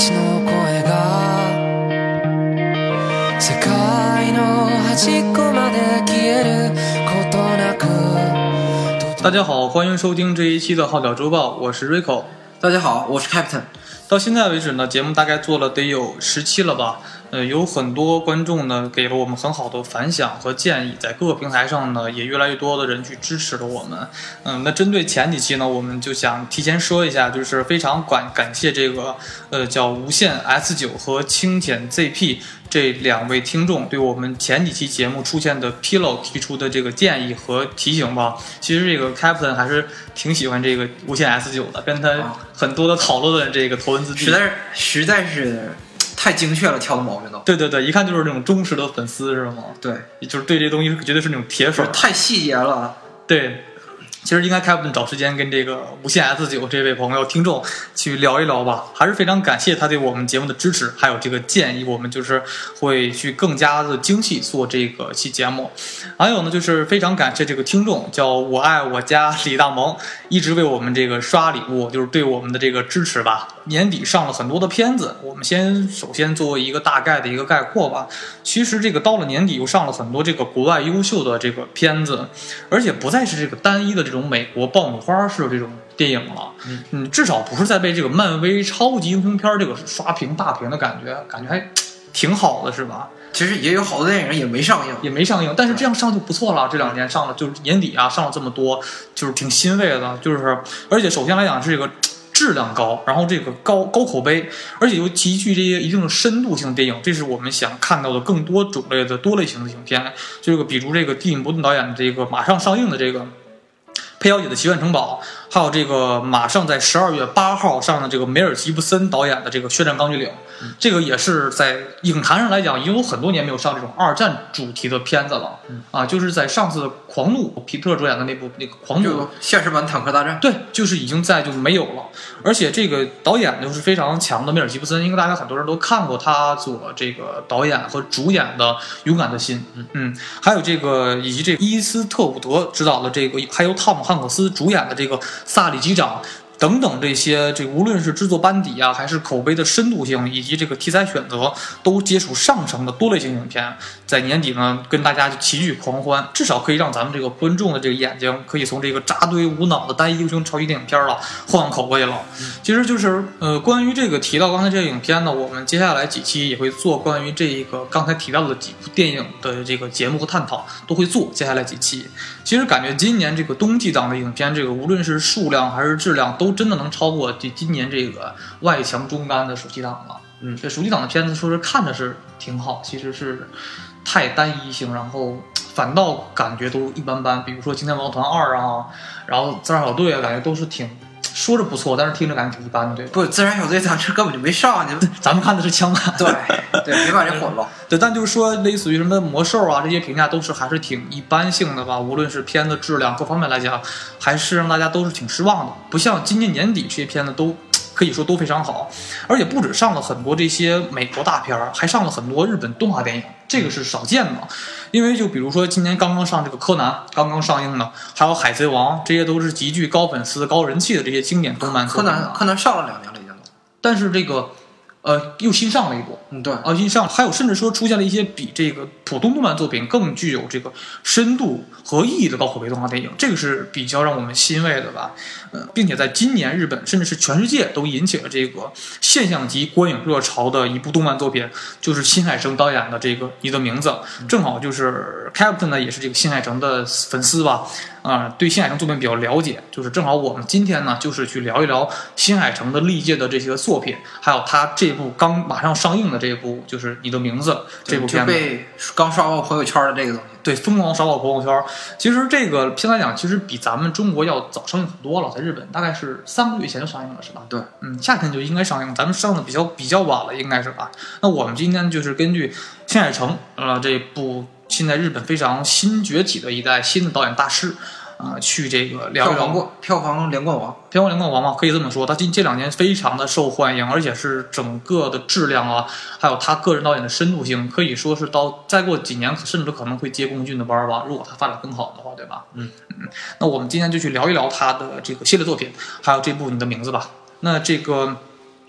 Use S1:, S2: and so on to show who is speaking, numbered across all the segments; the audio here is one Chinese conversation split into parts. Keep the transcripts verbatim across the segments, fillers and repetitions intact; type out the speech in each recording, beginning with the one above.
S1: 私の声が世界の端っこまで消えることなく。
S2: 大家好，欢迎收听这一期的号角周报，我是 Rico。
S3: 大家好，我是 Captain。
S2: 到现在为止呢，节目大概做了得有十期了吧。呃，有很多观众呢给了我们很好的反响和建议，在各个平台上呢也越来越多的人去支持了我们。嗯，那针对前几期呢，我们就想提前说一下，就是非常感感谢这个呃叫无线 S 九 和清浅 Z P 这两位听众对我们前几期节目出现的纰漏提出的这个建议和提醒吧。其实这个 Captain 还是挺喜欢这个无线 S 九 的，跟他很多的讨论的这个头文字 D，
S3: 实在是实在是太精确了，挑的毛病都。
S2: 对对对，一看就是那种忠实的粉丝是吗？
S3: 对，
S2: 就是对这东西绝对是那种铁粉，
S3: 太细节了。
S2: 对。其实应该 Captain 找时间跟这个无线 S 九 这位朋友听众去聊一聊吧，还是非常感谢他对我们节目的支持，还有这个建议，我们就是会去更加的精细做这个期节目。还有呢，就是非常感谢这个听众叫我爱我家李大萌，一直为我们这个刷礼物，就是对我们的这个支持吧。年底上了很多的片子，我们先首先作为一个大概的一个概括吧。其实这个到了年底又上了很多这个国外优秀的这个片子，而且不再是这个单一的这种美国爆米花式的这种电影了，嗯嗯，至少不是在被这个漫威超级英雄片这个刷屏大屏的感觉，感觉还挺好的，是吧？
S3: 其实也有好多电影也没上映，
S2: 也没上映，但是这样上就不错了。这两年上了，就是年底啊，上了这么多，就是挺欣慰的。就是而且首先来讲是这个质量高，然后这个高高口碑，而且又极具这些一定的深度性电影，这是我们想看到的更多种类的多类型的影片。这个比如这个蒂姆·伯顿导演的这个马上上映的这个佩小姐的奇幻城堡，还有这个马上在十二月八号上的这个梅尔吉布森导演的这个血战钢锯岭，嗯、这个也是在影坛上来讲已经有很多年没有上这种二战主题的片子了，嗯、啊，就是在上次的狂怒皮特主演的那部那个狂怒
S3: 现实版坦克大战，
S2: 对，就是已经在就没有了。而且这个导演就是非常强的梅尔吉布森，应该大家很多人都看过他所这个导演和主演的《勇敢的心》，嗯嗯，还有这个以及这个伊斯特伍德执导的这个，还有汤姆汉克斯主演的这个《萨里机长》等等，这些这无论是制作班底啊，还是口碑的深度性，以及这个题材选择，都接触上乘的多类型影片，在年底呢跟大家就齐聚狂欢，至少可以让咱们这个观众的这个眼睛可以从这个扎堆无脑的单一英雄超级电影片了换换口味了。其实就是呃，关于这个提到刚才这个影片呢，我们接下来几期也会做关于这个刚才提到的几部电影的这个节目和探讨，都会做接下来几期。其实感觉今年这个冬季档的影片，这个无论是数量还是质量，都真的能超过这今年这个外强中干的暑期档了。嗯，这暑期档的片子说是看着是挺好，其实是太单一性，然后反倒感觉都一般般。比如说《惊天王团二》啊，然后《自杀小队》啊，感觉都是挺说着不错，但是听着感觉挺一般的，对吧？
S3: 不，《自杀小队》咱这根本就没上，你
S2: 咱们看的是枪版，
S3: 对对，别把这混了。
S2: 对，但就是说，类似于什么魔兽啊这些评价都是还是挺一般性的吧。无论是片子质量各方面来讲，还是让大家都是挺失望的。不像今年年底这些片子都可以说都非常好，而且不止上了很多这些美国大片，还上了很多日本动画电影，这个是少见的。因为就比如说今年刚刚上这个柯南刚刚上映的，还有海贼王，这些都是极具高粉丝高人气的这些经典动漫作品。
S3: 柯南柯南上了两年了已经，
S2: 但是这个呃又新上了一部，
S3: 嗯对，
S2: 啊新上，还有甚至说出现了一些比这个普通动漫作品更具有这个深度和意义的高口碑动画电影，这个是比较让我们欣慰的吧。呃，并且在今年日本甚至是全世界都引起了这个现象级观影热潮的一部动漫作品，就是新海诚导演的这个《你的名字》，正好就是 Captain 呢也是这个新海诚的粉丝吧，啊、呃，对新海诚作品比较了解，就是正好我们今天呢就是去聊一聊新海诚的历届的这些作品，还有他这部刚马上上映的这部就是《你的名字》这部片子，
S3: 就被刚刷过朋友圈的这个东西。
S2: 对，疯狂刷爆朋友圈。其实这个片来讲，其实比咱们中国要早上映很多了，在日本大概是三个月前就上映了，是吧？
S3: 对，
S2: 嗯，夏天就应该上映，咱们上的比较比较晚了，应该是吧？那我们今天就是根据新海诚呃这部现在日本非常新崛起的一代新的导演大师。啊、呃，去这个聊一聊
S3: 票房过票房连冠王，
S2: 票房连冠王嘛，可以这么说。他近这两年非常的受欢迎，而且是整个的质量啊，还有他个人导演的深度性，可以说是到再过几年甚至可能会接宫俊的班吧。如果他发展更好的话，对吧？嗯嗯。那我们今天就去聊一聊他的这个系列作品，还有这部《你的名字》吧。那这个。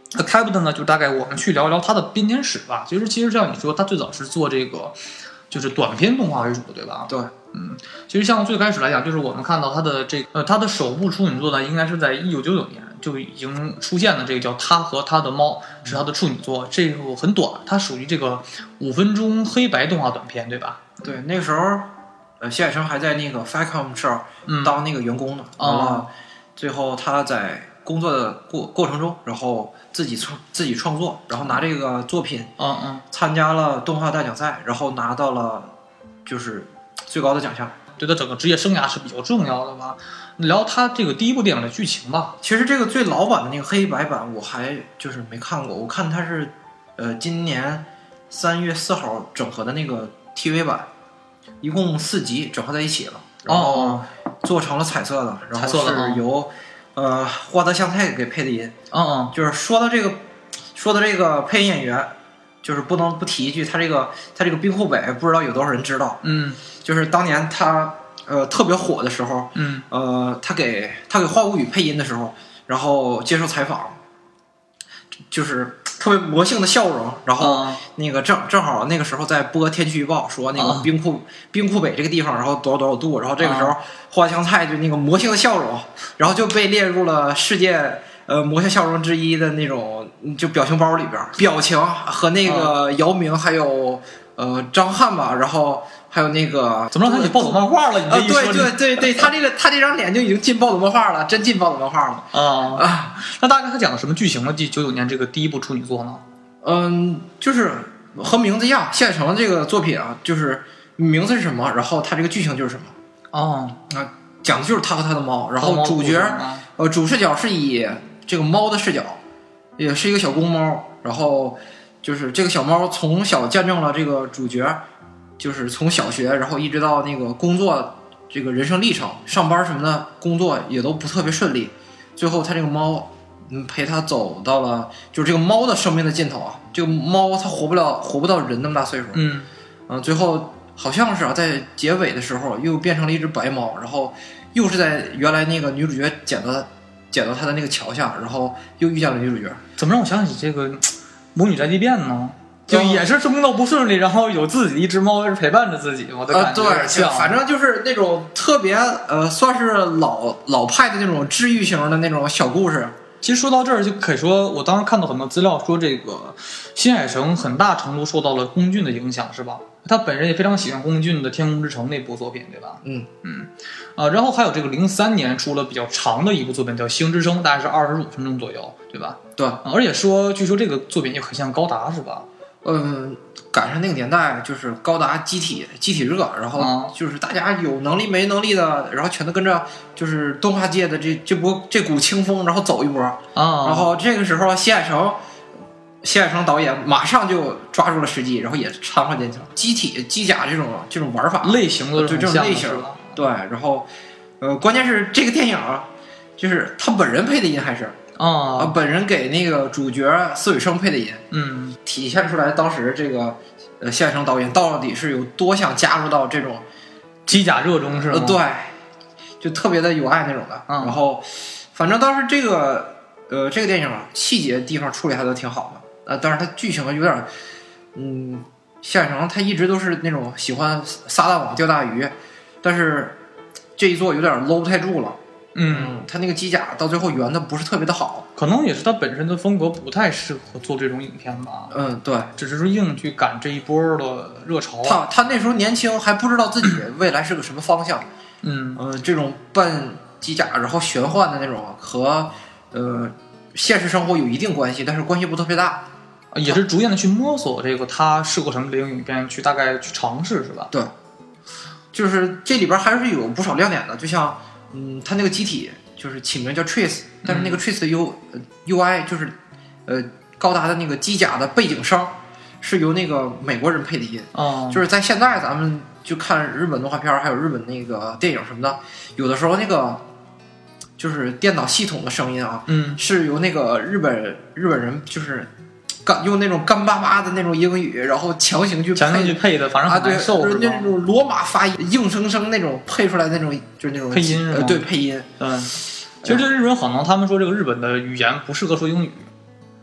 S2: 那 Captain 呢，就大概我们去聊一聊他的编年史吧。其实，其实像你说，他最早是做这个就是短片动画为主，对吧？
S3: 对，
S2: 嗯，其实像最开始来讲，就是我们看到他的这个、呃，他的首部处女作呢，应该是在一九九九年就已经出现了，这个叫《他和他的猫》是他的处女作，这部很短，它属于这个五分钟黑白动画短片，对吧？
S3: 对，那个时候，呃，谢海生还在那个 Facom 社当那个员工呢，完、嗯、了，最后他在工作的过过程中，然后自己创自己创作，然后拿这个作品，
S2: 嗯嗯，
S3: 参加了动画大奖赛，然后拿到了就是最高的奖项，
S2: 对他整个职业生涯是比较重要的吧。聊他这个第一部电影的剧情吧。
S3: 其实这个最老版的那个黑白版我还就是没看过，我看它是呃今年三月四号整合的那个 T V 版，一共四集整合在一起了，然后做成了彩色的，然后是由呃花泽香菜给配的音。
S2: 嗯嗯，
S3: 就是说到这个说到这个配音演员，就是不能不提一句，他这个他这个冰户北不知道有多少人知道。
S2: 嗯，
S3: 就是当年他呃特别火的时候，
S2: 嗯，
S3: 呃他给他给《花无语》配音的时候，然后接受采访，就是特别魔性的笑容，然后那个正正好那个时候在播天气预报，说那个冰库、嗯、冰库北这个地方，然后多少多少度，然后这个时候花香菜就那个魔性的笑容，然后就被列入了世界呃魔性笑容之一的那种就表情包里边，表情和那个姚明还有呃张翰吧，然后还有那个
S2: 怎么让他写暴走漫画了？你这一说、
S3: 呃，对对对对，他这个他这张脸就已经进暴走漫画了，真进暴走漫画了
S2: 啊啊！那大概他讲的什么剧情呢？第九九年这个第一部处女作呢？
S3: 嗯，就是和名字一样，谢海成这个作品啊，就是名字是什么，然后他这个剧情就是什么。
S2: 哦，
S3: 啊，讲的就是他和他的猫，然后主角呃主视角是以这个猫的视角，也是一个小公猫，然后就是这个小猫从小见证了这个主角。就是从小学，然后一直到那个工作，这个人生历程，上班什么的，工作也都不特别顺利。最后，他这个猫，嗯，陪他走到了，就是这个猫的生命的尽头啊。这个猫它活不了，活不到人那么大岁数。
S2: 嗯，
S3: 嗯，最后好像是啊，在结尾的时候又变成了一只白猫，然后又是在原来那个女主角捡到捡到她的那个桥下，然后又遇见了女主角。
S2: 怎么让我想起这个《魔女宅急便》呢？就也是工作不顺利，然后有自己的一只猫是陪伴着自己，我的感觉有点像、
S3: 呃、对，反正就是那种特别呃，算是老老派的那种治愈型的那种小故事。
S2: 其实说到这儿，就可以说，我当时看到很多资料说，这个新海诚很大程度受到了宫俊的影响，是吧？他本人也非常喜欢宫俊的《天空之城》那部作品，对吧？
S3: 嗯
S2: 嗯，啊，然后还有这个零三年出了比较长的一部作品叫《星之声》，大概是二十五分钟左右，对吧？
S3: 对、
S2: 啊，而且说，据说这个作品也很像高达，是吧？
S3: 嗯，赶上那个年代就是高达机体机体热，然后就是大家有能力没能力的，然后全都跟着就是动画界的这这波这股清风，然后走一波
S2: 啊。
S3: 然后这个时候，谢海诚谢海诚导演马上就抓住了时机，然后也掺和进去了机体机甲这种这种玩法
S2: 类型的
S3: 对这种类型对，然后呃，关键是这个电影啊，就是他本人配的音还是。
S2: 啊、
S3: 呃，本人给那个主角司伟生配的音，
S2: 嗯，
S3: 体现出来当时这个呃谢海诚导演到底是有多想加入到这种
S2: 机甲热中是吗？
S3: 呃，对，就特别的有爱那种的。嗯、然后，反正当时这个呃这个电影细节地方处理还都挺好的，呃，但是它剧情有点，嗯，谢海诚他一直都是那种喜欢撒大网钓大鱼，但是这一做有点搂不太住了。嗯，他那个机甲到最后圆的不是特别的好，
S2: 可能也是他本身的风格不太适合做这种影片吧。
S3: 嗯，对，
S2: 只是说硬去赶这一波的热潮。
S3: 他他那时候年轻，还不知道自己未来是个什么方向。
S2: 嗯
S3: 呃，这种扮机甲然后玄幻的那种和呃现实生活有一定关系，但是关系不特别大。
S2: 也是逐渐的去摸索这个他适合什么类型影片，去大概去尝试，是吧？
S3: 对，就是这里边还是有不少亮点的，就像。嗯，它那个机体就是起名叫 Trace， 但是那个 Trace 的 U、嗯、U I 就是，呃，高达的那个机甲的背景声是由那个美国人配的音。
S2: 哦，
S3: 就是在现在咱们就看日本动画片还有日本那个电影什么的，有的时候那个就是电脑系统的声音啊，
S2: 嗯，
S3: 是由那个日本日本人就是干用那种干巴巴的那种英语，然后强行去
S2: 强行去配的，反正很难受，
S3: 啊、对，那种罗马发音，硬生生那种配出来那种，就是那种
S2: 配音是吗？
S3: 呃，对，配音。
S2: 嗯，其实对日本可能他们说这个日本的语言不适合说英语，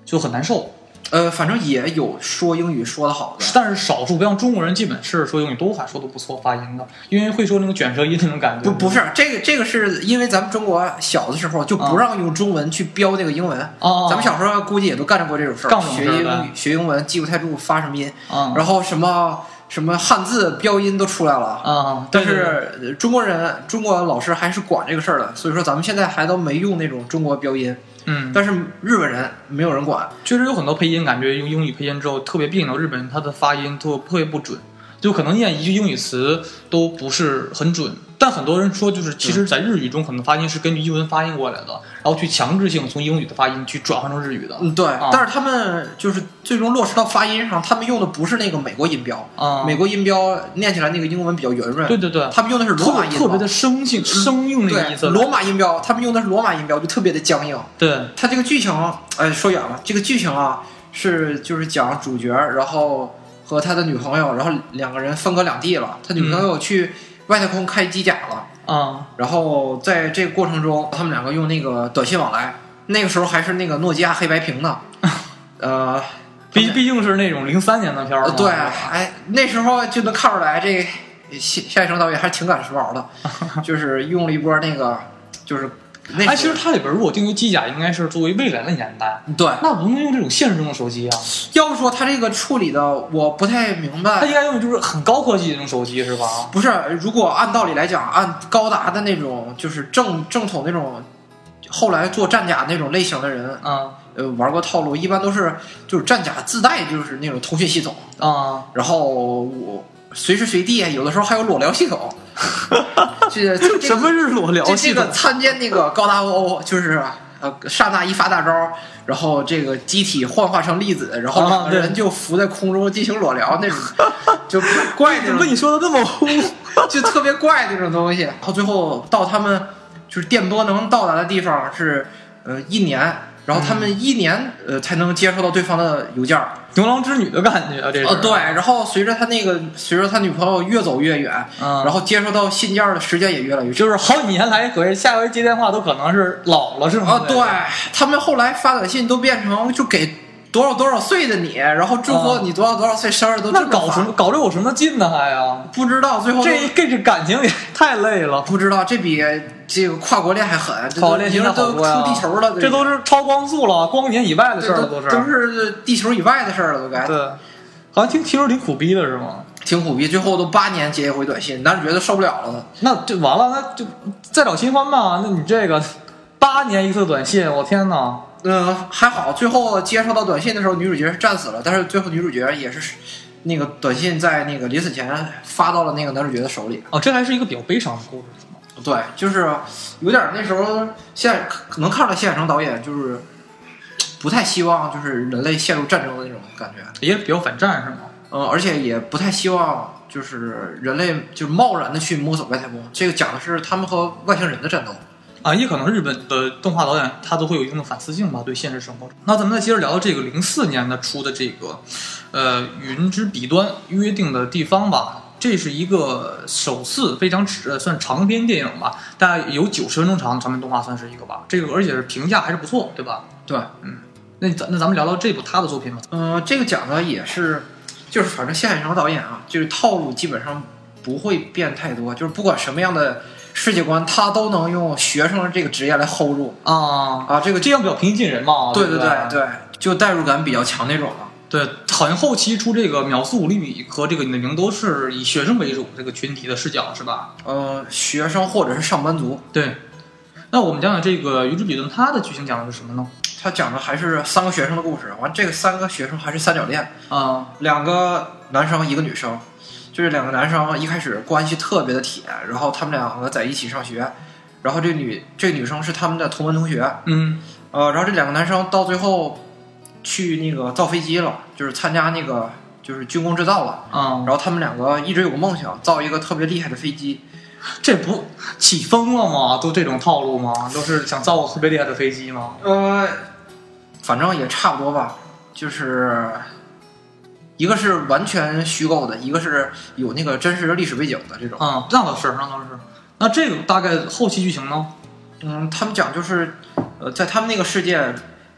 S2: 就很难受。
S3: 呃，反正也有说英语说的好的，
S2: 但是少数，不像中国人，基本是说英语都还说的不错，发音的，因为会说那种卷舌音那种感觉。
S3: 不，不是这个，这个是因为咱们中国小的时候就不让用中文去标这个英文。
S2: 哦、
S3: 咱们小时候估计也都干过这种事儿，学英语、学英文记不太住发什么音，
S2: 嗯、
S3: 然后什么什么汉字标音都出来了。
S2: 啊、嗯，
S3: 但是中国人、中国老师还是管这个事儿的，所以说咱们现在还都没用那种中国标音。
S2: 嗯，
S3: 但是日本人没有人管，
S2: 确实有很多配音，感觉用英语配音之后特别别扭，日本人他的发音特特别不准，就可能念一句英语词都不是很准。但很多人说，就是其实，在日语中可能发音是根据英文发音过来的，然后去强制性从英语的发音去转换成日语的。
S3: 嗯，对。
S2: 啊、
S3: 但是他们就是最终落实到发音上，他们用的不是那个美国音标
S2: 啊，
S3: 美国音标念起来那个英文比较圆润。
S2: 对对对，
S3: 他们用的是罗马音标，
S2: 特别的生性、生硬那个意思。
S3: 罗马音标，他们用的是罗马音标，就特别的僵硬。
S2: 对，
S3: 他这个剧情，哎，说远了。这个剧情啊，是就是讲主角，然后和他的女朋友，然后两个人分隔两地了。他女朋友去外太空开机甲了。
S2: 啊、嗯，
S3: 然后在这个过程中，他们两个用那个短信往来，那个时候还是那个诺基亚黑白屏呢，呃，
S2: 毕毕竟是那种零三年的片儿、呃，
S3: 对，哎，那时候就能看出来，这夏夏雨生导演还是挺赶时髦的，就是用了一波那个，就是那。
S2: 哎，其实它里边如果定为机甲，应该是作为未来的年代，
S3: 对，
S2: 那不能用这种现实中的手机啊。
S3: 要不说他这个处理的，我不太明白。
S2: 他应该用的就是很高科技的那种手机，是吧？
S3: 不是，如果按道理来讲，按高达的那种，就是正正统那种，后来做战甲那种类型的人，
S2: 嗯，
S3: 呃，玩过套路，一般都是就是战甲自带就是那种通讯系统
S2: 啊、嗯，
S3: 然后我随时随地有的时候还有裸聊系统。这这
S2: 什么是裸聊系统？
S3: 这个参见那个高达 O O， 就是呃刹那一发大招，然后这个机体幻化成粒子，然后两个人就浮在空中进行裸聊那种，就怪那种。
S2: 被你说的那么污，
S3: 就特别怪那种东西。然后最后到他们就是电波能到达的地方是呃一年。然后他们一年、嗯、呃才能接收到对方的邮件，
S2: 牛郎织女的感觉啊，这是。
S3: 哦，对。然后随着他那个，随着他女朋友越走越远，
S2: 嗯，
S3: 然后接收到信件的时间也越来越长，
S2: 就是好几年来回，下回接电话都可能是老了，是吗？
S3: 啊，对。他们后来发短信都变成就给多少多少岁的你，然后祝福你多少多少岁生日都这么发。
S2: 那搞什么？搞这有什么劲呢？还啊？
S3: 不知道，最后
S2: 这这这感情也太累了。
S3: 不知道这比这个跨国恋还狠，
S2: 跨国恋现在
S3: 都出地球了，
S2: 这都是超光速了，光年以外的事儿了，都是
S3: 都是地球以外的事儿了，都该。
S2: 对，好像听听说挺苦逼的是吗？
S3: 挺苦逼，最后都八年接一回短信，男主角都受不了了。
S2: 那就完了，那就再找新欢吧。那你这个八年一次短信，我天哪！
S3: 嗯，还好，最后接收到短信的时候，女主角是战死了，但是最后女主角也是那个短信在那个临死前发到了那个男主角的手里。
S2: 哦，这还是一个比较悲伤的故事，是吗？
S3: 对，就是有点那时候现可能看了谢海成导演就是不太希望就是人类陷入战争的那种感觉，
S2: 也比较反战是吗？
S3: 嗯，而且也不太希望就是人类就贸然的去摸索外太空。这个讲的是他们和外星人的战斗。
S2: 啊，也可能日本的动画导演他都会有一定的反思性吧，对现实生活中。那咱们再接着聊到这个零四年的出的这个，呃，云之彼端约定的地方吧。这是一个首次非常呃算长篇电影吧，大概有九十分钟长的长篇动画，算是一个吧。这个而且是评价还是不错，对吧？
S3: 对，
S2: 嗯。那咱那咱们聊聊这部他的作品吧。
S3: 嗯、呃，这个讲的也是，就是反正谢海成导演啊，就是套路基本上不会变太多，就是不管什么样的世界观，他都能用学生的这个职业来 hold 住
S2: 啊
S3: 啊，这个
S2: 这样比较平易近人嘛。
S3: 对对
S2: 对
S3: 对对，就代入感比较强那种了。
S2: 对，好像后期出这个秒速五厘米和这个你的名都是以学生为主这个群体的视角，是吧？
S3: 呃，学生或者是上班族。
S2: 对。那我们讲讲这个《云之彼端》，它的剧情讲的是什么呢？
S3: 他讲的还是三个学生的故事。完，这个三个学生还是三角恋
S2: 啊，
S3: 两个男生一个女生，就是两个男生一开始关系特别的铁，然后他们两个在一起上学，然后这个女这个女生是他们的同班同学，
S2: 嗯，
S3: 呃，然后这两个男生到最后去那个造飞机了，就是参加那个就是军工制造了，
S2: 啊，
S3: 然后他们两个一直有个梦想，造一个特别厉害的飞机。
S2: 这不起风了吗？都这种套路吗？都是想造个特别厉害的飞机吗？
S3: 呃，反正也差不多吧，就是一个是完全虚构的，一个是有那个真实的历史背景的这种。
S2: 啊、嗯，那倒是，那倒是。那这个大概后期剧情呢？
S3: 嗯，他们讲就是，呃，在他们那个世界，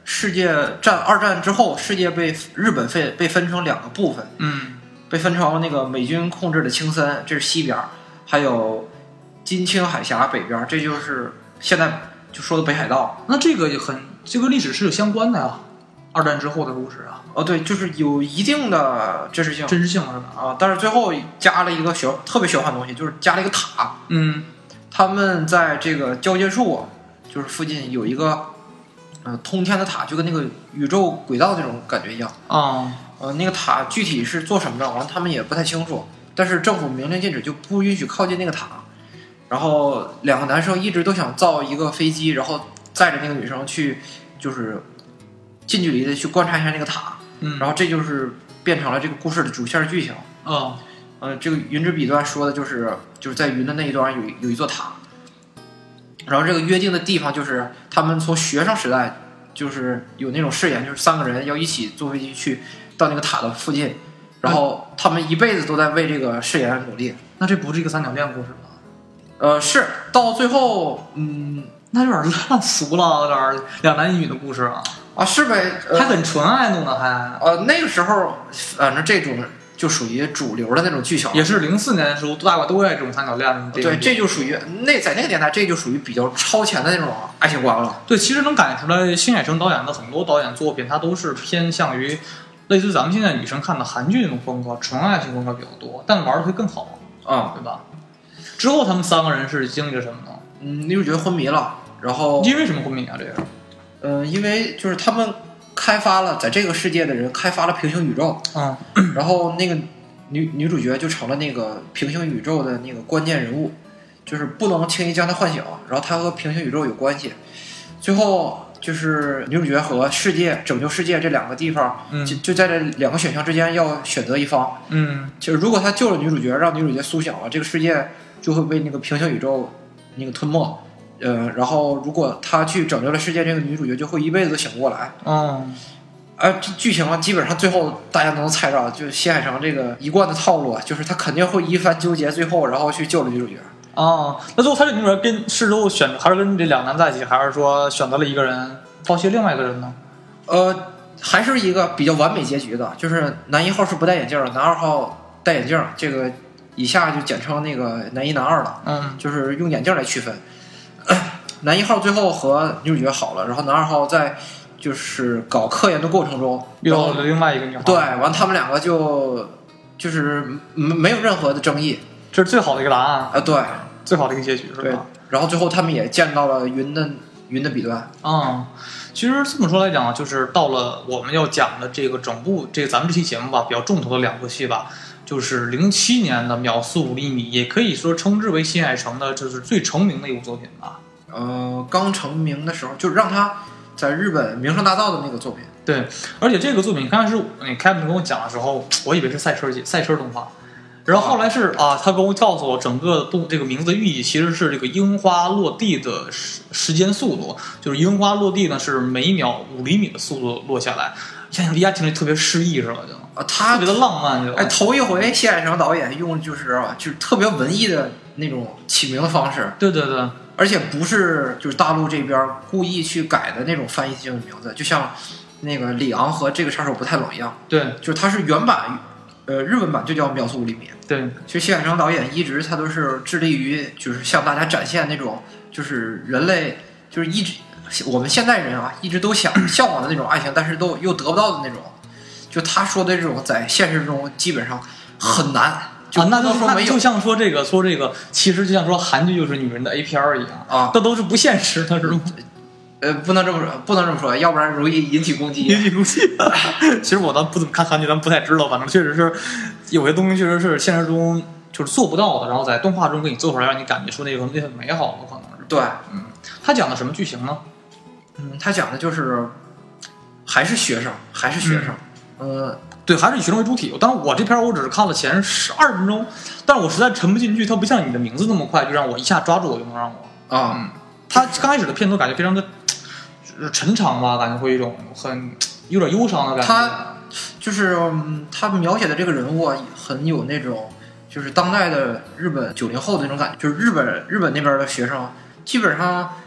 S3: 世界战二战之后，世界被日本被被分成两个部分，
S2: 嗯，
S3: 被分成那个美军控制的青森，这是西边，还有金青海峡北边，这就是现在就说的北海道。
S2: 那这个也很，这个历史是有相关的呀，二战之后的故事啊。
S3: 哦，对，就是有一定的真实性，
S2: 真实性是吧？
S3: 啊，但是最后加了一个玄特别玄幻的东西，就是加了一个塔。
S2: 嗯，
S3: 他们在这个交界处，就是附近有一个。呃，通天的塔就跟那个宇宙轨道那种感觉一样
S2: 啊。
S3: 呃，那个塔具体是做什么的，完了他们也不太清楚。但是政府明令禁止，就不允许靠近那个塔。然后两个男生一直都想造一个飞机，然后载着那个女生去，就是近距离的去观察一下那个塔。
S2: 嗯。
S3: 然后这就是变成了这个故事的主线剧情。
S2: 啊。
S3: 呃，这个云之彼端说的就是就是在云的那一端有有一座塔。然后这个约定的地方就是他们从学生时代就是有那种誓言，就是三个人要一起坐飞机去到那个塔的附近，然后他们一辈子都在为这个誓言努力。
S2: 那这不是一个三角恋故事吗？
S3: 呃，是到最后，嗯，
S2: 那有点烂俗了，有点两男一女的故事啊。
S3: 啊，是呗，呃、
S2: 还很纯爱弄的，还
S3: 呃那个时候，反正这种。就属于主流的那种剧情，
S2: 也是零四年的时候，大家都爱这种三角恋。
S3: 对，这就属于那在那个年代，这就属于比较超前的那种爱情观了。
S2: 对，其实能感觉出来，新海诚导演的很多导演作品，他都是偏向于类似于咱们现在女生看的韩剧那种风格，纯爱情风格比较多，但玩的会更好
S3: 啊、
S2: 嗯，对吧？之后他们三个人是经历了什么呢？
S3: 嗯，女主角昏迷了，然后
S2: 因为什么昏迷啊？这个，
S3: 嗯、呃，因为就是他们。开发了在这个世界的人开发了平行宇宙，
S2: 嗯，
S3: 然后那个女女主角就成了那个平行宇宙的那个关键人物，就是不能轻易将她唤醒，然后她和平行宇宙有关系。最后就是女主角和世界拯救世界这两个地方，
S2: 嗯，
S3: 就就在这两个选项之间要选择一方。
S2: 嗯，
S3: 就是如果她救了女主角，让女主角苏醒了，这个世界就会被那个平行宇宙那个吞没。呃，然后如果他去拯救了世界，这个女主角就会一辈子都醒不过来。
S2: 嗯，
S3: 而、呃、剧情啊，基本上最后大家都能猜到，就是新海诚这个一贯的套路，就是他肯定会一番纠结，最后然后去救了女主角。
S2: 哦，那最后他这女主角跟是都选择还是跟这两男在一起，还是说选择了一个人抛弃另外一个人呢？
S3: 呃，还是一个比较完美结局的，就是男一号是不戴眼镜，男二号戴眼镜，这个以下就简称那个男一男二了。
S2: 嗯，
S3: 就是用眼镜来区分。男一号最后和女主角好了，然后男二号在就是搞科研的过程中
S2: 遇到了另外一个女孩。
S3: 对，完他们两个就就是没有任何的争议，
S2: 这是最好的一个答案啊、
S3: 呃！对，
S2: 最好的一个结局是吧？
S3: 对。然后最后他们也见到了云的云的彼端。
S2: 嗯，其实这么说来讲，就是到了我们要讲的这个整部这个咱们这期节目吧，比较重头的两部戏吧。就是零七年的《秒速五厘米》，也可以说称之为新海诚的就是最成名的一部作品吧。
S3: 呃，刚成名的时候，就是让他在日本名声大噪的那个作品。
S2: 对，而且这个作品刚开始你 Kevin 跟我讲的时候，我以为是赛车赛车动画，然后后来是啊，他跟我告诉我整个动这个名字的寓意其实是这个樱花落地的时时间速度，就是樱花落地呢是每秒五厘米的速度落下来。想想离家听着特别诗意是吧？就
S3: 啊，他
S2: 特别的浪漫，就
S3: 哎，头一回新海诚导演用就是就是特别文艺的那种起名的方式。
S2: 对对对，
S3: 而且不是就是大陆这边故意去改的那种翻译性的名字，就像那个里昂和这个杀手不太冷一样。
S2: 对，
S3: 就是它是原版，呃，日文版就叫秒速五厘米。
S2: 对，
S3: 其实新海诚导演一直他都是致力于就是向大家展现那种就是人类就是一直。我们现代人啊，一直都想向往的那种爱情，但是都又得不到的那种，就他说的这种，在现实中基本上很难。就
S2: 啊，那都
S3: 说没有，
S2: 就像说这个说这个，其实就像说韩剧就是女人的 A P R 一样
S3: 啊，
S2: 这都是不现实的，是吗？
S3: 呃，不能这么说，不能这么说，要不然容易引起攻击。
S2: 引起攻击。其实我倒不怎么看韩剧，咱不太知道，反正确实是有些东西确实是现实中就是做不到的，然后在动画中给你做出来，让你感觉出那个东西很美好的，可能是。
S3: 对，
S2: 嗯，他讲的什么剧情呢？
S3: 嗯，他讲的就是还是学生，还是学生，嗯、呃，
S2: 对，还是以学生为主体。当然，我这片我只是看了前十二分钟，但是我实在沉不进去。它不像你的名字那么快，就让我一下抓住我就能让我
S3: 啊。
S2: 嗯，他刚开始的片头感觉非常的沉长吧，感觉会有一种很有点忧伤的感觉。
S3: 他就是嗯他描写的这个人物很有那种就是当代的日本九零后的那种感觉，就是日本日本那边的学生基本上。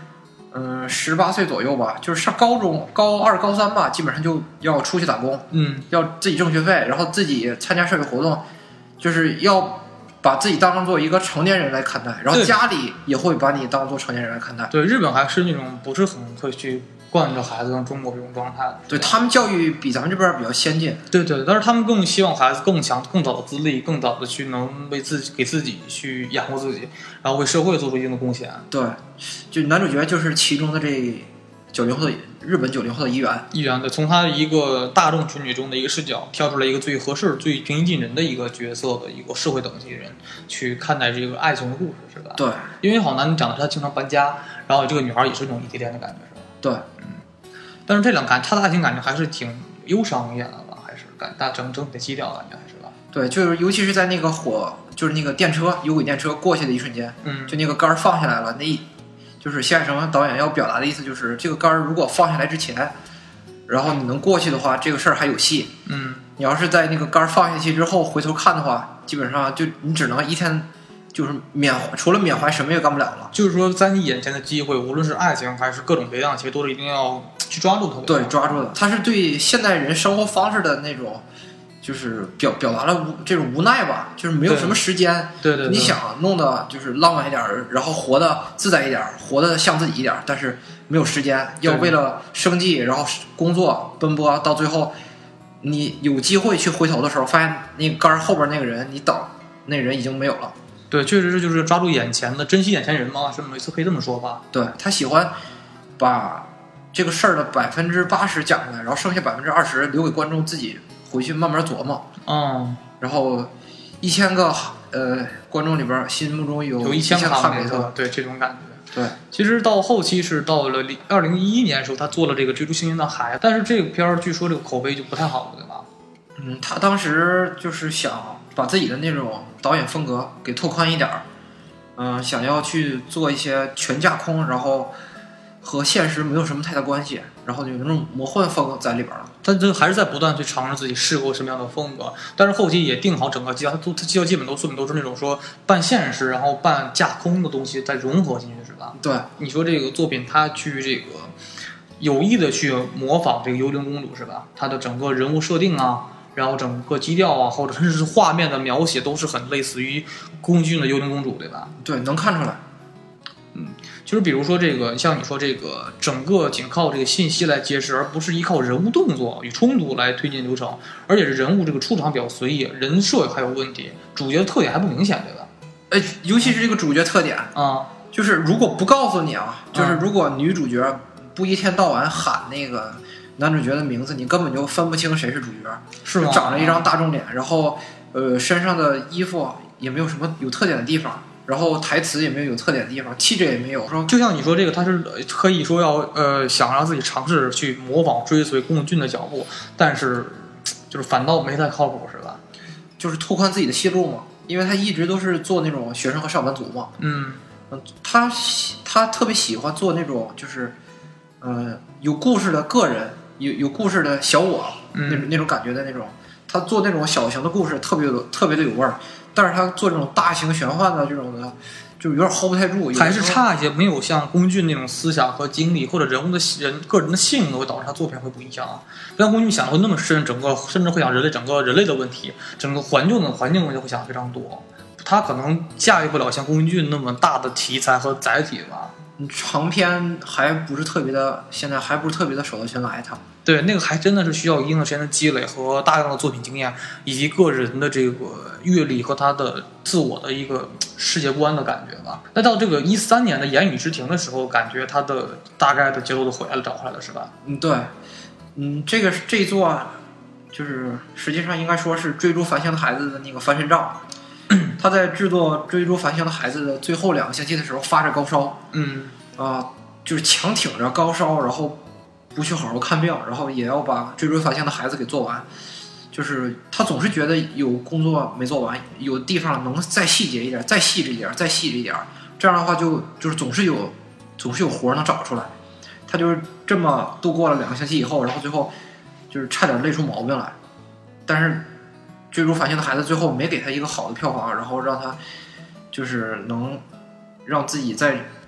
S3: 嗯，十八岁左右吧，就是上高中高二高三吧，基本上就要出去打工，
S2: 嗯，
S3: 要自己挣学费，然后自己参加社会活动，就是要把自己当做一个成年人来看待，然后家里也会把你当做成年人来看待。
S2: 对，日本还是那种不是很会去惯着孩子像中国这种状态。
S3: 对，他们教育比咱们这边比较先进。
S2: 对对，但是他们更希望孩子更强、更早的自立，更早的去能为自己给自己去养活自己，然后为社会做出一定的贡献。
S3: 对，就男主角就是其中的这九零后的日本九零后的一员。
S2: 一员的，从他一个大众群体中的一个视角，挑出来一个最合适、最平易近人的一个角色的一个社会等级人去看待这个爱情的故事，是吧？
S3: 对，
S2: 因为好男讲的是他经常搬家，然后这个女孩也是一种异地恋的感觉，是吧？
S3: 对，
S2: 嗯。但是这两感他的爱情感觉还是挺忧伤一点的吧？还是感大整整体的基调感觉还是吧？
S3: 对，就是尤其是在那个火，就是那个电车有轨电车过去的一瞬间，
S2: 嗯，
S3: 就那个杆放下来了，那一就是谢海成导演要表达的意思，就是这个杆如果放下来之前，然后你能过去的话，这个事儿还有戏。
S2: 嗯，
S3: 你要是在那个杆放下去之后回头看的话，基本上就你只能一天就是缅怀，除了缅怀什么也干不了了。
S2: 就是说，在你眼前的机会，无论是爱情还是各种别样，其实都是一定要去抓住它的。
S3: 对，抓住的，它是对现代人生活方式的那种。就是表表达了无这种无奈吧，就是没有什么时间。
S2: 对 对, 对, 对，
S3: 你想弄的就是浪漫一点，然后活得自在一点，活得像自己一点，但是没有时间，要为了生计，然后工作奔波，到最后你有机会去回头的时候，发现那杆后边那个人，你等那人已经没有了。
S2: 对，确实是就是抓住眼前的，珍惜眼前人嘛，是每次可以这么说吧？
S3: 对，他喜欢把这个事儿的百分之八十讲出来，然后剩下百分之二十留给观众自己回去慢慢琢磨。
S2: 嗯，
S3: 然后一千个呃观众里边心目中有
S2: 有一千个哈
S3: 梅特，
S2: 对这种感觉。
S3: 对，
S2: 其实到后期是到了二零一一年的时候，他做了这个《追逐幸运的孩子》，但是这个片儿据说这个口碑就不太好了，对吧？
S3: 嗯，他当时就是想把自己的那种导演风格给拓宽一点儿，嗯、呃，想要去做一些全架空，然后和现实没有什么太大关系，然后有那种魔幻风在里边了。
S2: 他这还是在不断去尝试自己适合什么样的风格，但是后期也定好整个基调，他都他基调基本都基本都是那种说半现实，然后半架空的东西再融合进去，是吧？
S3: 对，
S2: 你说这个作品，他去这个有意的去模仿这个幽灵公主，是吧？他的整个人物设定啊，然后整个基调啊，或者甚至是画面的描写，都是很类似于宫崎骏的幽灵公主，对吧？
S3: 对，能看出来。
S2: 嗯，就是比如说这个，像你说这个，整个仅靠这个信息来揭示，而不是依靠人物动作与冲突来推进流程，而且是人物这个出场比较随意，人设还有问题，主角的特点还不明显，对吧？
S3: 哎，尤其是这个主角特点
S2: 啊，
S3: 就是如果不告诉你啊，就是如果女主角不一天到晚喊那个男主角的名字，你根本就分不清谁是主角，
S2: 是吗？
S3: 长着一张大众脸，然后呃身上的衣服也没有什么有特点的地方。然后台词也没有有特点的地方，气质也没有。说
S2: 就像你说这个，他是可以说要呃想让自己尝试去模仿追随宫崎骏的脚步，但是就是反倒没太靠谱，是吧？
S3: 就是拓宽自己的戏路嘛，因为他一直都是做那种学生和上班族嘛。
S2: 嗯
S3: 嗯，他他特别喜欢做那种就是呃有故事的个人，有有故事的小我，
S2: 嗯、
S3: 那种那种感觉的那种。他做那种小型的故事特别有特别的有味儿。但是他做这种大型玄幻的这种的，就有点 hold 不太住，
S2: 还是差一些，没有像宫崎骏那种思想和经历，或者人物的人个人的性格，会导致他作品会不一样啊。不像宫崎骏想的会那么深，整个甚至会想人类整个人类的问题，整个环境的环境问题会想非常多。他可能驾驭不了像宫崎骏那么大的题材和载体吧。
S3: 长篇还不是特别的，现在还不是特别的手到擒来，他。
S2: 对，那个还真的是需要一定的时间的积累和大量的作品经验，以及个人的这个阅历和他的自我的一个世界观的感觉吧。那到这个一三年的《言语之庭》的时候，感觉他的大概的节奏都回来了，找回来了，是吧？
S3: 嗯，对，嗯，这个这一座就是实际上应该说是《追逐繁星的孩子》的那个翻身仗。他在制作《追逐繁星的孩子》的最后两个星期的时候发着高烧，
S2: 嗯
S3: 啊、呃，就是强挺着高烧，然后不去好好看病，然后也要把《追逐繁星的孩子》给做完。就是他总是觉得有工作没做完，有地方能再细节一点，再细致一点，再细致一点，这样的话就就是总是有总是有活能找出来。他就是这么度过了两个星期以后，然后最后就是差点累出毛病来，但是。追逐繁星的孩子最后没给他一个好的票房，然后让他就是能让自己在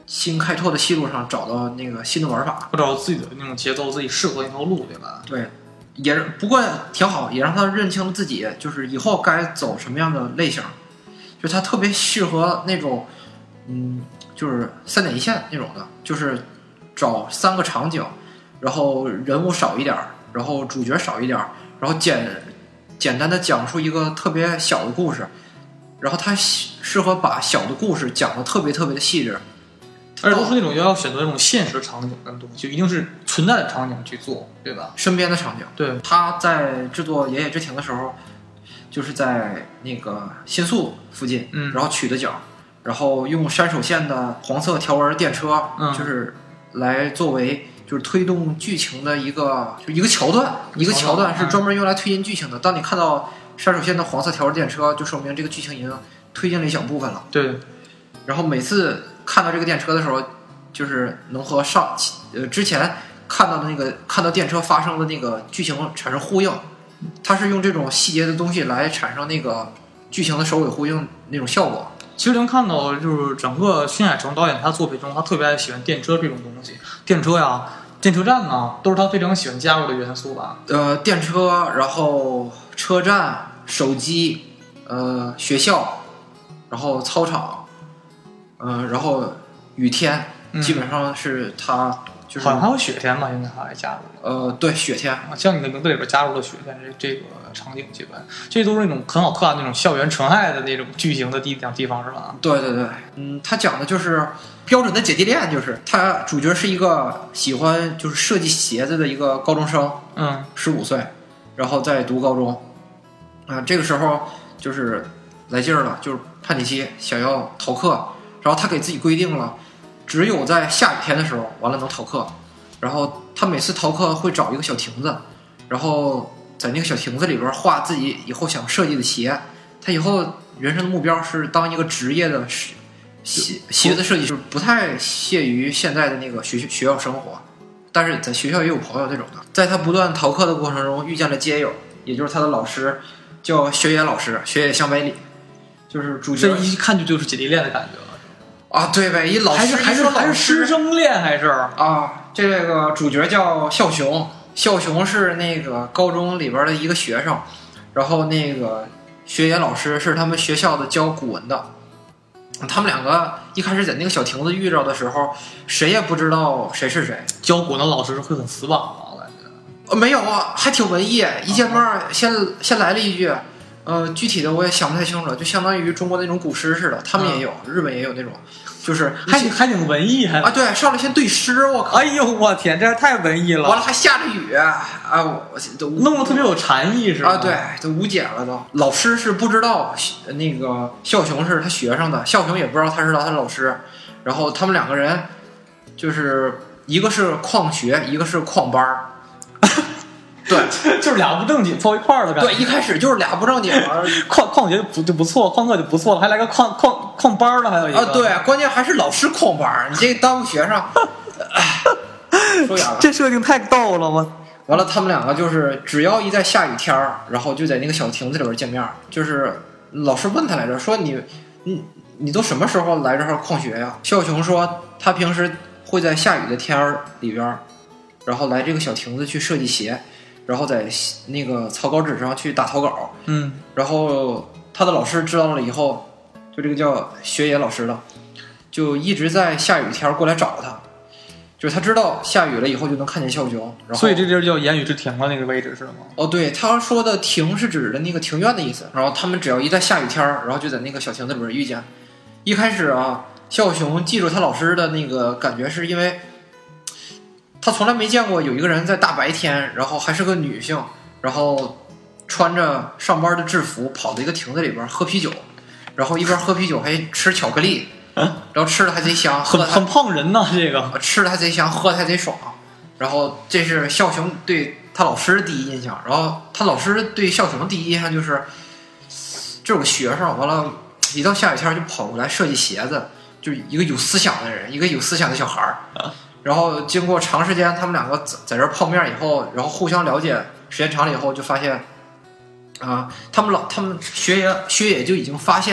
S3: 新开拓的戏路上找到那个新的玩法，
S2: 找到自己的那种节奏，自己适合的一条路，对吧？
S3: 对，也不过挺好，也让他认清了自己，就是以后该走什么样的类型。就他特别适合那种，嗯，就是三点一线那种的，就是找三个场景，然后人物少一点，然后主角少一点，然后简简单的讲述一个特别小的故事，然后他适合把小的故事讲得特别特别的细致。
S2: 而且都是那种要选择那种现实场景的东西，就一定是存在的场景去做，对吧？
S3: 身边的场景。
S2: 对，
S3: 他在制作《爷爷之庭》的时候，就是在那个新宿附近，
S2: 嗯，
S3: 然后取的景，然后用山手线的黄色条纹电车，
S2: 嗯，
S3: 就是来作为就是推动剧情的一个就一个桥段，一个桥段是专门用来推进剧情的。当你看到山手线的黄色条纹电车，就说明这个剧情已经推进了一小部分了。
S2: 对，
S3: 然后每次看到这个电车的时候，就是能和上呃之前看到的那个看到电车发生的那个剧情产生呼应。它是用这种细节的东西来产生那个剧情的首尾呼应那种效果。
S2: 其实能看到，就是整个新海诚导演他作品中，他特别爱喜欢电车这种东西，电车呀、电车站呢，都是他非常喜欢加入的元素吧。
S3: 呃，电车，然后车站、手机，呃，学校，然后操场，呃，然后雨天，
S2: 嗯、
S3: 基本上是他就是
S2: 好像还有雪天吧，现在还加入了。
S3: 呃，对，雪天
S2: 啊，像你的名字里边加入了雪天这这个场景，基本这都是那种很好看的那种校园纯爱的那种剧情的地地地方，是吧？
S3: 对对对，嗯，他讲的就是标准的姐弟恋，就是他主角是一个喜欢就是设计鞋子的一个高中生，
S2: 嗯，
S3: 十五岁，然后在读高中，啊、呃，这个时候就是来劲儿了，就是叛逆期，想要逃课，然后他给自己规定了，只有在下雨天的时候，完了能逃课。然后他每次逃课会找一个小亭子，然后在那个小亭子里边画自己以后想设计的鞋。他以后人生的目标是当一个职业的鞋鞋子设计师，不太屑于现在的那个学学校生活，但是在学校也有朋友这种的。在他不断逃课的过程中，遇见了街友，也就是他的老师，叫雪野老师，雪野香百里，就是主角。
S2: 这一看就就是姐弟恋的感觉了。
S3: 啊，对呗，一老师
S2: 还是还是还是师生恋还是
S3: 啊？这个主角叫孝雄，孝雄是那个高中里边的一个学生，然后那个雪野老师是他们学校的教古文的。他们两个一开始在那个小亭子遇着的时候，谁也不知道谁是谁。
S2: 教古文的老师会很死板吗？我感觉
S3: 呃没有啊，还挺文艺。一见面先先来了一句。呃，具体的我也想不太清楚，就相当于中国那种古诗似的，他们也有，嗯、日本也有那种，就是
S2: 还还挺文艺，还
S3: 啊，对，上来先对诗，我靠，
S2: 哎呦我天，这太文艺了，
S3: 完了还下着雨，啊，我都
S2: 弄得特别有禅意是吧？
S3: 啊，对，都无解了都。老师是不知道那个孝雄是他学生的，孝雄也不知道他是他的老师，然后他们两个人就是一个是旷学，一个是旷班儿。对，
S2: 就是俩不正经凑一块儿的感觉。
S3: 对，一开始就是俩不正经，
S2: 旷旷学不就不错，旷课就不错了，还来个旷旷旷班了，还有一个
S3: 啊，对，关键还是老师旷班，你这耽误学生。说远了，
S2: 这设定太逗了，我。
S3: 完了，他们两个就是只要一在下雨天儿，然后就在那个小亭子里边见面。就是老师问他来着，说你你你都什么时候来这儿旷学呀？孝雄说他平时会在下雨的天儿里边，然后来这个小亭子去设计鞋。然后在那个草稿纸上去打草稿，
S2: 嗯，
S3: 然后他的老师知道了以后，就这个叫雪野老师的，就一直在下雨天过来找他，就是他知道下雨了以后就能看见孝雄，然后
S2: 所以这地儿叫言语之庭的那个位置是吗？
S3: 哦，对，他说的庭是指的那个庭院的意思。然后他们只要一在下雨天，然后就在那个小亭子里边遇见。一开始啊，孝雄记住他老师的那个感觉是因为。他从来没见过有一个人在大白天，然后还是个女性，然后穿着上班的制服跑到一个亭子里边喝啤酒，然后一边喝啤酒还吃巧克力，然后吃的还贼香，
S2: 很很胖人呐，这个
S3: 吃的还贼香，喝的还贼爽。然后这是孝雄对他老师的第一印象，然后他老师对孝雄的第一印象就是这有个学生，完了，一到下雨天就跑过来设计鞋子，就是一个有思想的人，一个有思想的小孩儿。然后经过长时间，他们两个在这儿碰面以后，然后互相了解，时间长了以后，就发现，啊，他们老他们学野学野就已经发现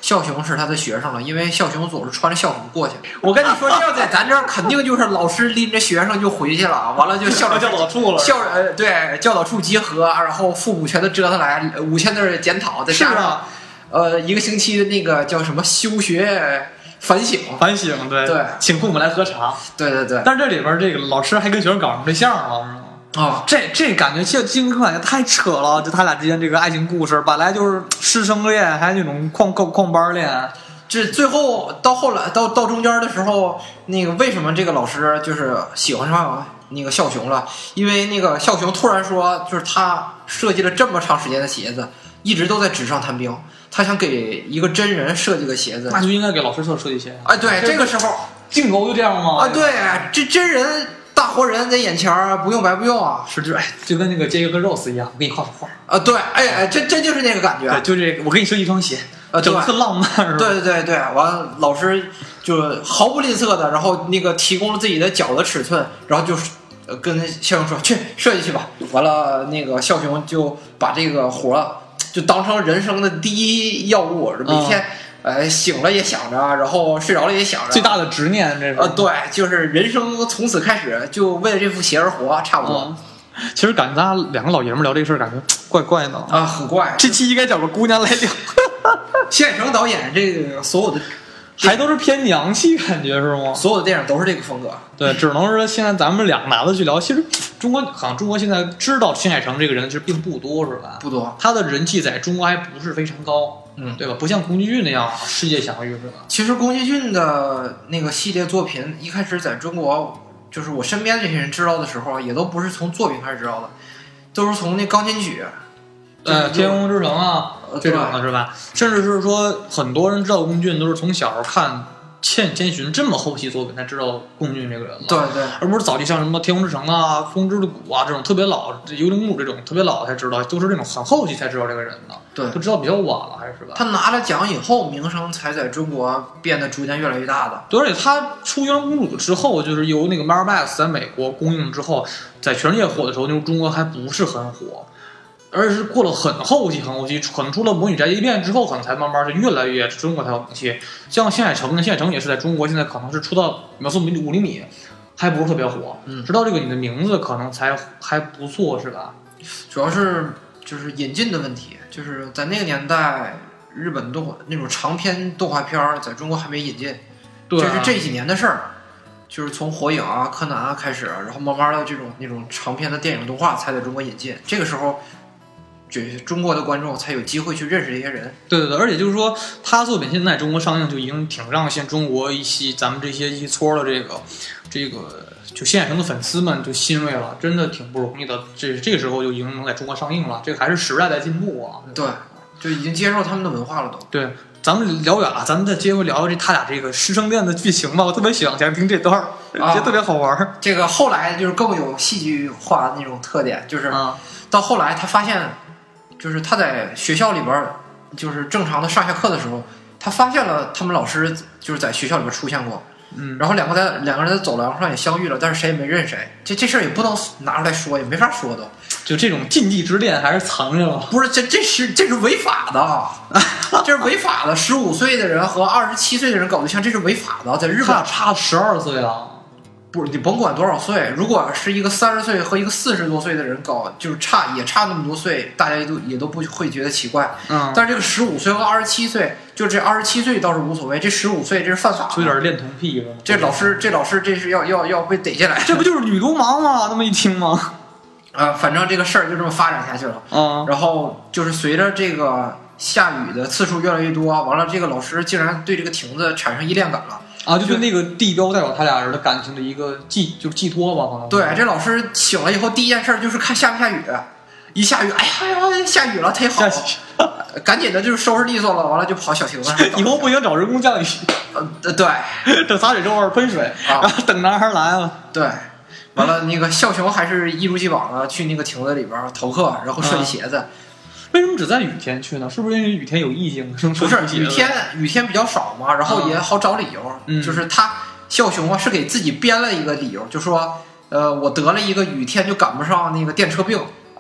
S3: 孝雄是他的学生了，因为孝雄总是穿着校服过去。我跟你说，这要在咱这儿，肯定就是老师拎着学生就回去了，完了就校长
S2: 教导处了，
S3: 校呃对教导处集合，然后父母全都折腾来五千字检讨，再加上、啊、呃一个星期的那个叫什么休学反省，
S2: 反省对
S3: 对，
S2: 请父母来喝茶，
S3: 对对对。
S2: 但是这里边这个老师还跟学生搞上对象了，是吗？啊、哦，这这感觉这金科感觉太扯了，就他俩之间这个爱情故事，本来就是师生恋，还那种旷旷旷班恋，
S3: 这最后到后来到到中间的时候，那个为什么这个老师就是喜欢上那个孝雄了？因为那个孝雄突然说，就是他设计了这么长时间的鞋子，一直都在纸上谈兵，他想给一个真人设计个鞋子，
S2: 那就应该给老师设设计鞋。
S3: 哎，对，这个时候
S2: 镜头就这样吗？
S3: 啊，对，这真人。大活人在眼前儿，不用白不用啊！
S2: 是就哎，就跟那个杰克和 Rose 一样，我给你画幅画
S3: 啊！对，哎哎，这这就是那个感觉。
S2: 对，就这个，我给你设计一双鞋，
S3: 啊，
S2: 整特浪漫是吧？
S3: 对对对对，完了，老师就毫不吝啬的，然后那个提供了自己的脚的尺寸，然后就呃跟孝雄说去设计去吧。完了，那个孝雄就把这个活就当成人生的第一要务，每天。嗯呃，醒了也想着，然后睡着了也想着，
S2: 最大的执念这是。
S3: 呃，对，就是人生从此开始就为了这副鞋而活，差不多。
S2: 嗯、其实感觉咱两个老爷们聊这个事儿，感觉怪怪的
S3: 啊，很怪。
S2: 这期应该找个姑娘来聊。
S3: 谢海成导演这个所有的
S2: 还都是偏娘气感觉是吗？
S3: 所有的电影都是这个风格。
S2: 对，只能说现在咱们两个男的去聊，其实中国好像中国现在知道新海诚这个人其实并不多，是吧？
S3: 不多，
S2: 他的人气在中国还不是非常高。
S3: 嗯，
S2: 对吧？不像宫崎骏那样世界享誉，是吧？
S3: 其实宫崎骏的那个系列作品一开始在中国，就是我身边这些人知道的时候，也都不是从作品开始知道的，都是从那钢琴曲，
S2: 呃，天空之城啊、呃、这种的是吧？甚至是说很多人知道宫崎骏都是从小时候看千千寻这么后期作品才知道宫崎骏这个人了，
S3: 对对，
S2: 而不是早期像什么天空之城啊、风之谷啊这种特别老，幽灵木这种特别老才知道，都是这种很后期才知道这个人的。
S3: 对，
S2: 都知道比较晚了，还是吧？
S3: 他拿了奖以后，名声才在中国变得逐渐越来越大的。
S2: 对，而且他出《幽灵公主》之后，就是由那个 Miramax 在美国公映之后，在全世界火的时候，就是中国还不是很火，而是过了很后期、很后期，可能出了《魔女宅急便》之后，可能才慢慢就越来越中国才有名气。像新海诚呢，新海诚也是在中国现在可能是出到秒速五厘米，还不是特别火。
S3: 嗯，
S2: 直到这个你的名字可能才还不错，是吧？
S3: 主要是就是引进的问题。就是在那个年代，日本动画那种长篇动画片在中国还没引进，
S2: 对、啊，
S3: 这是这几年的事儿。就是从火影啊、柯南啊开始，然后慢慢的这种那种长篇的电影动画才在中国引进。这个时候，这中国的观众才有机会去认识这些人。
S2: 对对对，而且就是说，他作品现在中国上映就已经挺让现中国一些咱们这些一撮的这个这个就新海诚的粉丝们就欣慰了，真的挺不容易的。这这个时候就已经能在中国上映了，这个还是时代在进步啊。
S3: 对，就已经接受他们的文化了都。
S2: 对，咱们聊远了，咱们再接着聊聊这他俩这个师生恋的剧情吧。我特别喜欢想听这段，
S3: 啊、
S2: 觉得特别好玩。
S3: 这个后来就是更有戏剧化的那种特点，就是、
S2: 啊、
S3: 到后来他发现，就是他在学校里边，就是正常的上下课的时候，他发现了他们老师就是在学校里边出现过。
S2: 嗯，
S3: 然后两个在两个人在走廊上也相遇了，但是谁也没认谁。这这事儿也不能拿出来说，也没法说都。
S2: 就这种禁忌之恋还是藏着了。
S3: 不是，这这是这是违法的，这是违法的。十五岁的人和二十七岁的人搞对象，这是违法的，在日本
S2: 差十二岁啊。
S3: 不是，你甭管多少岁，如果是一个三十岁和一个四十多岁的人搞，就是差也差那么多岁，大家也都也都不会觉得奇怪。
S2: 嗯，
S3: 但是这个十五岁和二十七岁，就这二十七岁倒是无所谓，这十五岁这是犯法，
S2: 就有点恋童癖了。
S3: 这老师，这老师这是要要要被逮下来，
S2: 这不就是女流氓吗？那么一听吗？
S3: 啊、呃，反正这个事儿就这么发展下去了。
S2: 嗯，
S3: 然后就是随着这个下雨的次数越来越多，完了这个老师竟然对这个亭子产生依恋感了。
S2: 啊，就对那个地标代表他俩人的感情的一个寄，就是寄托吧，可能。
S3: 对，这老师醒了以后，第一件事就是看下没下雨，一下雨，哎呀呀，下雨了，忒好，赶紧的就收拾利索了，完了就跑小亭子上。
S2: 以后不行，找人工降雨。
S3: 呃，对，
S2: 等洒水之后喷水，啊、然后等男孩来了。
S3: 对，完了那个孝雄还是一如既往的去那个亭子里边逃课，然后设计鞋子。嗯，
S2: 为什么只在雨天去呢？是不是因为雨天有异性？
S3: 不是，雨天雨天比较少嘛，然后也好找理由。
S2: 嗯，
S3: 就是他孝雄啊是给自己编了一个理由，就说呃我得了一个雨天就赶不上那个电车病，
S2: 啊、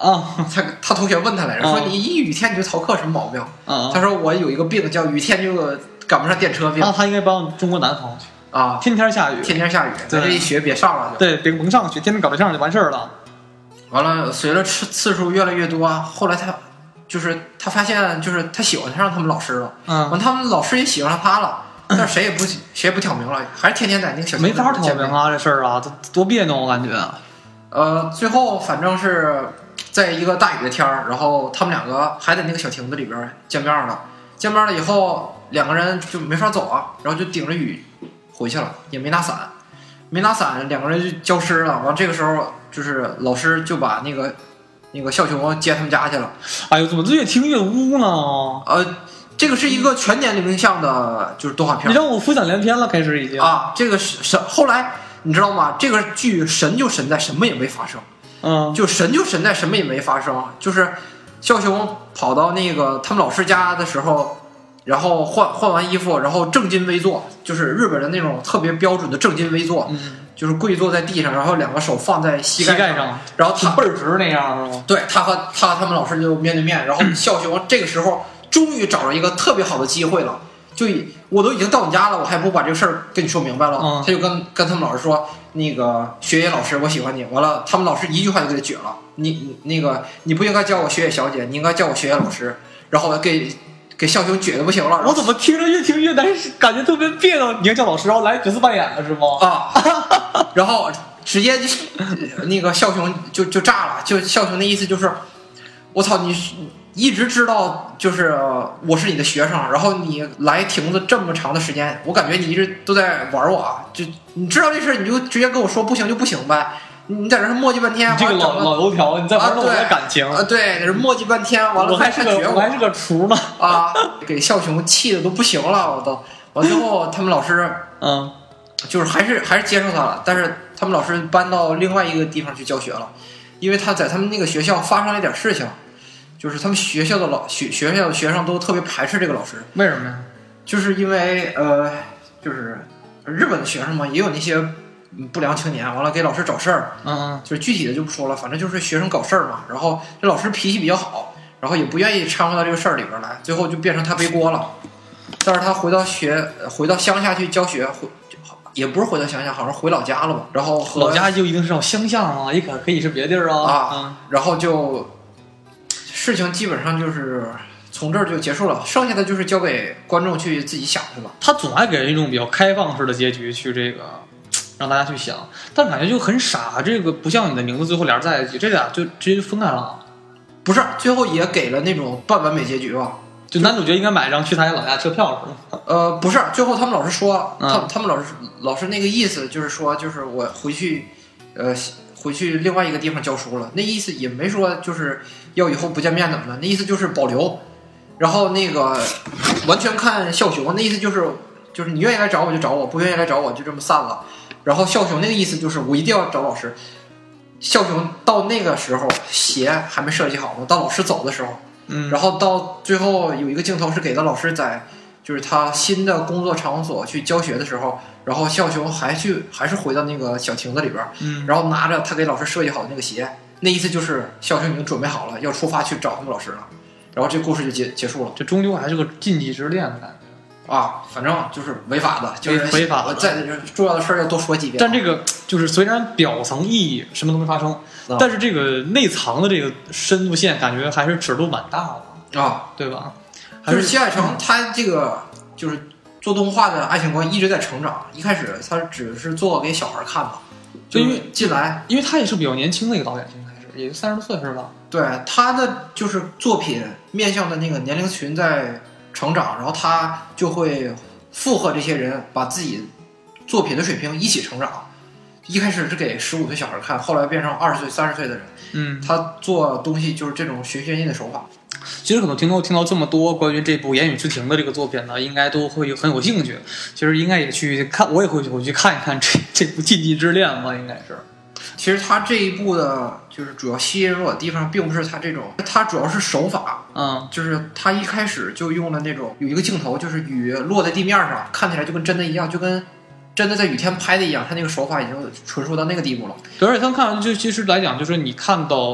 S2: 啊，
S3: 他他同学问他来着，
S2: 啊
S3: 说你一雨天你就逃课什么毛病？
S2: 啊，
S3: 他说我有一个病叫雨天就赶不上电车病。
S2: 那他应该搬中国南方去
S3: 啊，
S2: 天天下雨，
S3: 天天下雨，咱这一学别上了就。
S2: 对，别甭上学，天天搞对象就完事儿了。
S3: 完了，随着次次数越来越多，后来他就是他发现，就是他喜欢上他们老师了。
S2: 嗯，
S3: 完他们老师也喜欢上他了，但是谁也不谁也不挑明了，还是天天在那个小
S2: 没法挑明啊，这事儿啊，多别扭，我感觉。
S3: 呃，最后反正是在一个大雨的天儿，然后他们两个还在那个小亭子里边见面了。见面了以后，两个人就没法走啊，然后就顶着雨回去了，也没拿伞，没拿伞，两个人就浇湿了。完这个时候，就是老师就把那个那个笑熊接他们家去了。
S2: 哎呦，怎么越听越污呢？
S3: 呃，这个是一个全年龄向的，就是动画片。
S2: 你让我浮想联翩了，开始已经
S3: 啊，这个是神，后来你知道吗？这个剧神就神在什么也没发生，
S2: 嗯，
S3: 就神就神在什么也没发生，就是笑熊跑到那个他们老师家的时候。然后换换完衣服，然后正襟危坐，就是日本的那种特别标准的正襟危坐，
S2: 嗯，
S3: 就是跪坐在地上，然后两个手放在膝盖
S2: 上, 膝盖上
S3: 然后他
S2: 倍儿直那样是吗？
S3: 对，他和他和他们老师就面对面，然后笑熊这个时候终于找着一个特别好的机会了，就我都已经到你家了，我还不把这个事儿跟你说明白了，
S2: 嗯，
S3: 他就跟跟他们老师说，那个学野老师，我喜欢你。完了，他们老师一句话就给他撅了，你那个你不应该叫我学野小姐，你应该叫我学野老师。然后给。给笑熊撅的不行了，
S2: 我怎么听着越听越难，感觉特别别扭。你要叫老师，然后来角色扮演的是吗？
S3: 啊，然后直接就那个笑熊就就炸了，就笑熊的意思就是，我操，你一直知道就是我是你的学生，然后你来亭子这么长的时间，我感觉你一直都在玩我啊，就你知道这事你就直接跟我说不行就不行呗。你在这磨叽半天，
S2: 你这个老老油条，你在玩弄我的感情
S3: 啊！对，在这磨叽半天，完了
S2: 我还是个我还是个厨呢
S3: 啊！给笑熊气的都不行了，我都。完最后他们老师
S2: 嗯，
S3: 就是还是还是接受他了，但是他们老师搬到另外一个地方去教学了，因为他在他们那个学校发生了一点事情，就是他们学校的老学学校的学生都特别排斥这个老师。
S2: 为什么呀？
S3: 就是因为呃，就是日本的学生嘛，也有那些。不良青年，完了给老师找事儿，
S2: 嗯嗯，
S3: 就是具体的就不说了，反正就是学生搞事儿嘛。然后这老师脾气比较好，然后也不愿意掺和到这个事儿里边来，最后就变成他背锅了。但是他回到学，回到乡下去教学，回也不是回到乡下，好像回老家了吧。然后
S2: 老家就一定是要乡下吗？也可可以是别地儿啊。
S3: 啊、
S2: 嗯，
S3: 然后就事情基本上就是从这儿就结束了，剩下的就是交给观众去自己想去了。
S2: 他总爱给人一种比较开放式的结局去这个。让大家去想，但感觉就很傻，这个不像你的名字最后俩人在一起，这俩就直接分开了。
S3: 不是，最后也给了那种半完美结局吧？
S2: 就男主角应该买一张去他老家车票是吗？
S3: 呃，不是，最后他们老师说，
S2: 嗯、
S3: 他他们老师老师那个意思就是说，就是我回去，呃，回去另外一个地方教书了。那意思也没说就是要以后不见面怎么的，那意思就是保留。然后那个完全看笑熊，那意思就是就是你愿意来找我就找我，不愿意来找我就这么散了。然后笑熊那个意思就是我一定要找老师。笑熊到那个时候鞋还没设计好呢，到老师走的时候，
S2: 嗯，
S3: 然后到最后有一个镜头是给的老师在就是他新的工作场所去教学的时候，然后笑熊还去还是回到那个小亭子里边，
S2: 嗯，
S3: 然后拿着他给老师设计好的那个鞋，那意思就是笑熊已经准备好了要出发去找他们老师了，然后这故事就结结束了。
S2: 这终究还是个禁忌之恋的感觉。
S3: 啊，反正就是违法的，就是
S2: 违法的。
S3: 在重要的事儿要多说几遍。
S2: 但这个就是虽然表层意义什么都没发生，嗯、但是这个内藏的这个深度线感觉还是尺度蛮大的
S3: 啊，
S2: 对吧？
S3: 就是新海诚他这个就是做动画的爱情观一直在成长。一开始他只是做给小孩看的，就因为进来，
S2: 因为他也是比较年轻的一个导演，现在开始也就三十多岁是吧？
S3: 对，他的就是作品面向的那个年龄群在成长，然后他就会附和这些人，把自己作品的水平一起成长。一开始是给十五岁小孩看，后来变成二十岁、三十岁的人。
S2: 嗯，
S3: 他做东西就是这种循序渐进的手法。
S2: 其实可能听到听到这么多关于这部《言语之庭》的这个作品呢，应该都会很有兴趣。其实应该也去看，我也会回去看一看这这部《禁忌之恋》嘛，应该是。
S3: 其实他这一部的，就是主要吸引我的地方，并不是他这种，他主要是手法，
S2: 嗯，
S3: 就是他一开始就用了那种有一个镜头，就是雨落在地面上，看起来就跟真的一样，就跟真的在雨天拍的一样，他那个手法已经纯熟到那个地步了。
S2: 对，而且他们看就其实来讲，就是你看到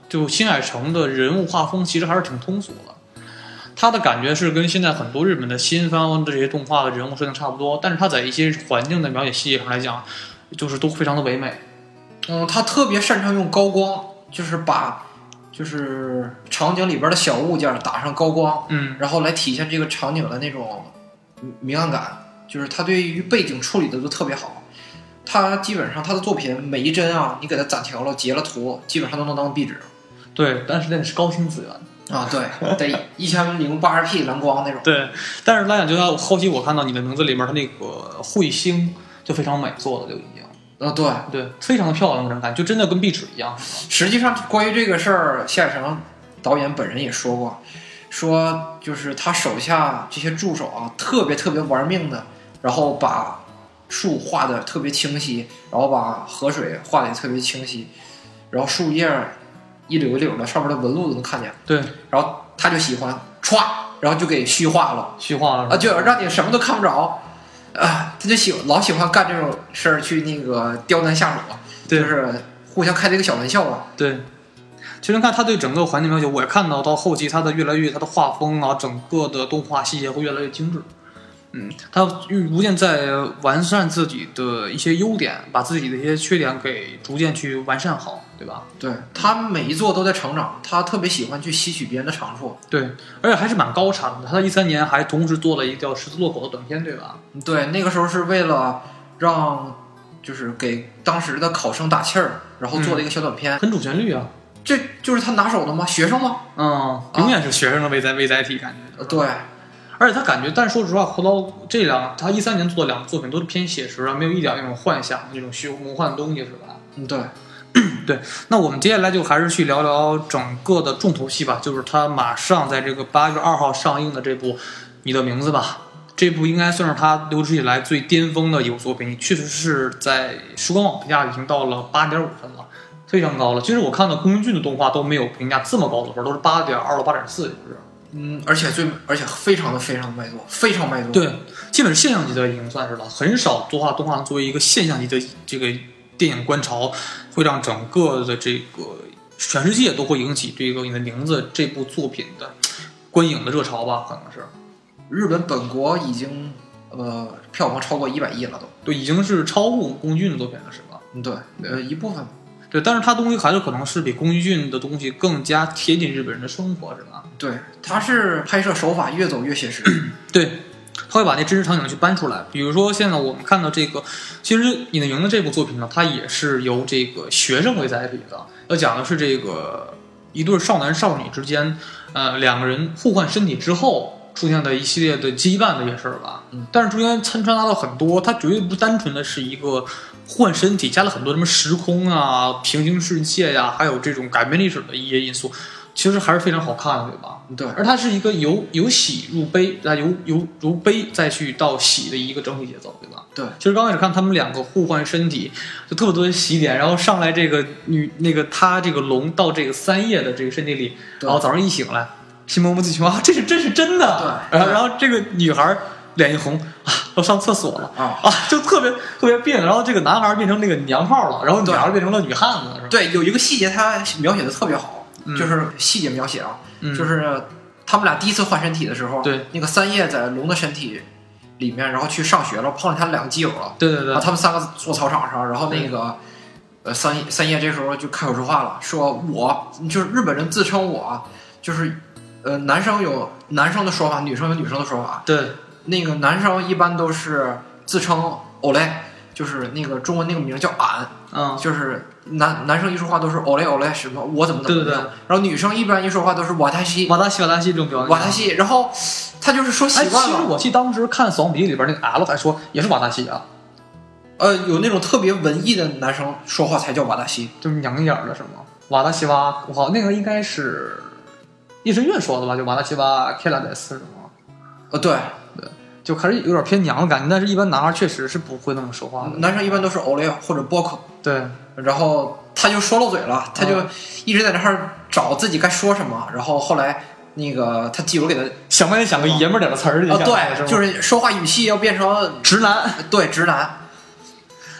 S2: 就新海诚的人物画风其实还是挺通俗的。他的感觉是跟现在很多日本的新番的这些动画的人物设定差不多，但是他在一些环境的描写细节上来讲，就是都非常的唯美。
S3: 嗯，他特别擅长用高光，就是把就是场景里边的小物件打上高光，
S2: 嗯，
S3: 然后来体现这个场景的那种明暗感。就是他对于背景处理的都特别好。他基本上他的作品每一帧啊，你给他攒条了、截了图，基本上都能当壁纸。
S2: 对，但是那是高清资源。
S3: 啊，对，得一千零八十 P 蓝光那种。
S2: 对，但是来讲，就像后期我看到你的名字里面，它那个彗星就非常美做的就已经，
S3: 啊，对
S2: 对，非常的漂亮那种感觉，就真的跟壁纸一样。
S3: 实际上，关于这个事儿，谢海诚导演本人也说过，说就是他手下这些助手啊，特别特别玩命的，然后把树画的特别清晰，然后把河水画的也特别清晰，然后树叶一绺一绺的，上面的纹路都能看见。
S2: 对，
S3: 然后他就喜欢歘，然后就给虚化了，
S2: 虚化了
S3: 啊，就让你什么都看不着。啊，他就喜老喜欢干这种事儿，去那个刁难下属，就是互相开这个小玩笑啊。
S2: 对，其实看他对整个环境描写，我也看到到后期他的越来越，他的画风啊，整个的动画细节会越来越精致。嗯，他逐渐在完善自己的一些优点，把自己的一些缺点给逐渐去完善好，对吧？
S3: 对，他每一作都在成长，他特别喜欢去吸取别人的长处。
S2: 对，而且还是蛮高产的。他一三年还同时做了一个叫《十字路口》的短片，对吧？
S3: 对，那个时候是为了让就是给当时的考生打气儿，然后做了一个小短片，
S2: 嗯、很主旋律啊。
S3: 这就是他拿手的吗？学生吗？
S2: 嗯，永远是学生的为载为载体感觉。
S3: 对。
S2: 而且他感觉，但是说实话，后到这两他一三年做的两个作品都是偏写实啊，没有一点那种幻想、那种虚魔幻的东西，是吧？
S3: 嗯，对，
S2: 对。那我们接下来就还是去聊聊整个的重头戏吧，就是他马上在这个八月二号上映的这部《你的名字》吧。这部应该算是他有史以来最巅峰的一部作品，确实是在时光网评价已经到了八点五分了，非常高了。其实我看到宫崎骏的动画都没有评价这么高的分，都是八点二到八点四，就是。
S3: 嗯，而且最而且非常的非常的卖座，非常卖座。
S2: 对，基本是现象级的已经算是了，很少作画动画作为一个现象级的这个电影观潮，会让整个的这个全世界都会引起这个你的名字这部作品的观影的热潮吧，可能是。
S3: 日本本国已经呃票房超过一百亿了都，
S2: 对，已经是超过宫崎骏的作品了，是吧？
S3: 嗯，对，呃一部分。对，
S2: 但是他东西还是可能是比宫崎骏的东西更加贴近日本人的生活，是吧？
S3: 对，他是拍摄手法越走越写实。
S2: 对，他会把那真实场景去搬出来。比如说现在我们看到这个，其实《你的名字》这部作品呢，它也是由这个学生为载体的，要讲的是这个一对少男少女之间，呃，两个人互换身体之后出现的一系列的羁绊的一些事儿吧。
S3: 嗯，
S2: 但是中间参穿插到很多，它绝对不单纯的是一个换身体，加了很多什么时空啊、平行世界呀、啊，还有这种改变历史的一些因素。其实还是非常好看的，对吧？
S3: 对，
S2: 而它是一个由由喜入悲，再由由由悲再去到喜的一个整体节奏，对吧？
S3: 对。
S2: 其实刚开始看他们两个互换身体，就特别多的喜点，然后上来这个女那个他这个龙到这个三叶的这个身体里，然后早上一醒来，心默默自己说啊，这是这是真的。
S3: 对。
S2: 然后然后这个女孩脸一红啊，要上厕所了啊啊，就特别特别病。然后这个男孩变成那个娘炮了，然后女孩变成了女汉子，是吧？
S3: 对，有一个细节他描写的特别好。
S2: 嗯、
S3: 就是细节描写啊、
S2: 嗯，
S3: 就是他们俩第一次换身体的时候，
S2: 对，
S3: 那个三叶在龙的身体里面，然后去上学了，碰上他两个基友了，
S2: 对对对，
S3: 然后他们三个坐操场上，然后那个呃三三叶这时候就开口说话了，说我就是日本人自称我就是呃男生有男生的说法，女生有女生的说法，
S2: 对，
S3: 那个男生一般都是自称 ole， 就是那个中文那个名叫俺，
S2: 嗯，
S3: 就是男男生一说话都是 ole ole 什么我怎么怎么样，
S2: 对对对，
S3: 然后女生一般一说话都是瓦达西
S2: 瓦达西瓦达西这种表现，
S3: 瓦达西，然后他就是说习惯了。
S2: 哎、其实我记得当时看《死亡笔记》里边那个 L 还说也是瓦达西啊，
S3: 呃，有那种特别文艺的男生说话才叫瓦达西，
S2: 就是娘一点的是吗？瓦达西瓦，我好那个应该是叶神月说的吧？就瓦达西瓦 k 拉 l a 是吗？
S3: 呃，对
S2: 对。就还是有点偏娘的感觉，但是一般男孩确实是不会那么说话的。
S3: 男生一般都是 ole 或者 bok。
S2: 对，
S3: 然后他就说漏嘴了，他就一直在那儿找自己该说什么，然后后来那个他基友给他
S2: 想半天想个爷们点的词儿。
S3: 哦，对，就是说话语气要变成
S2: 直男，
S3: 对直男。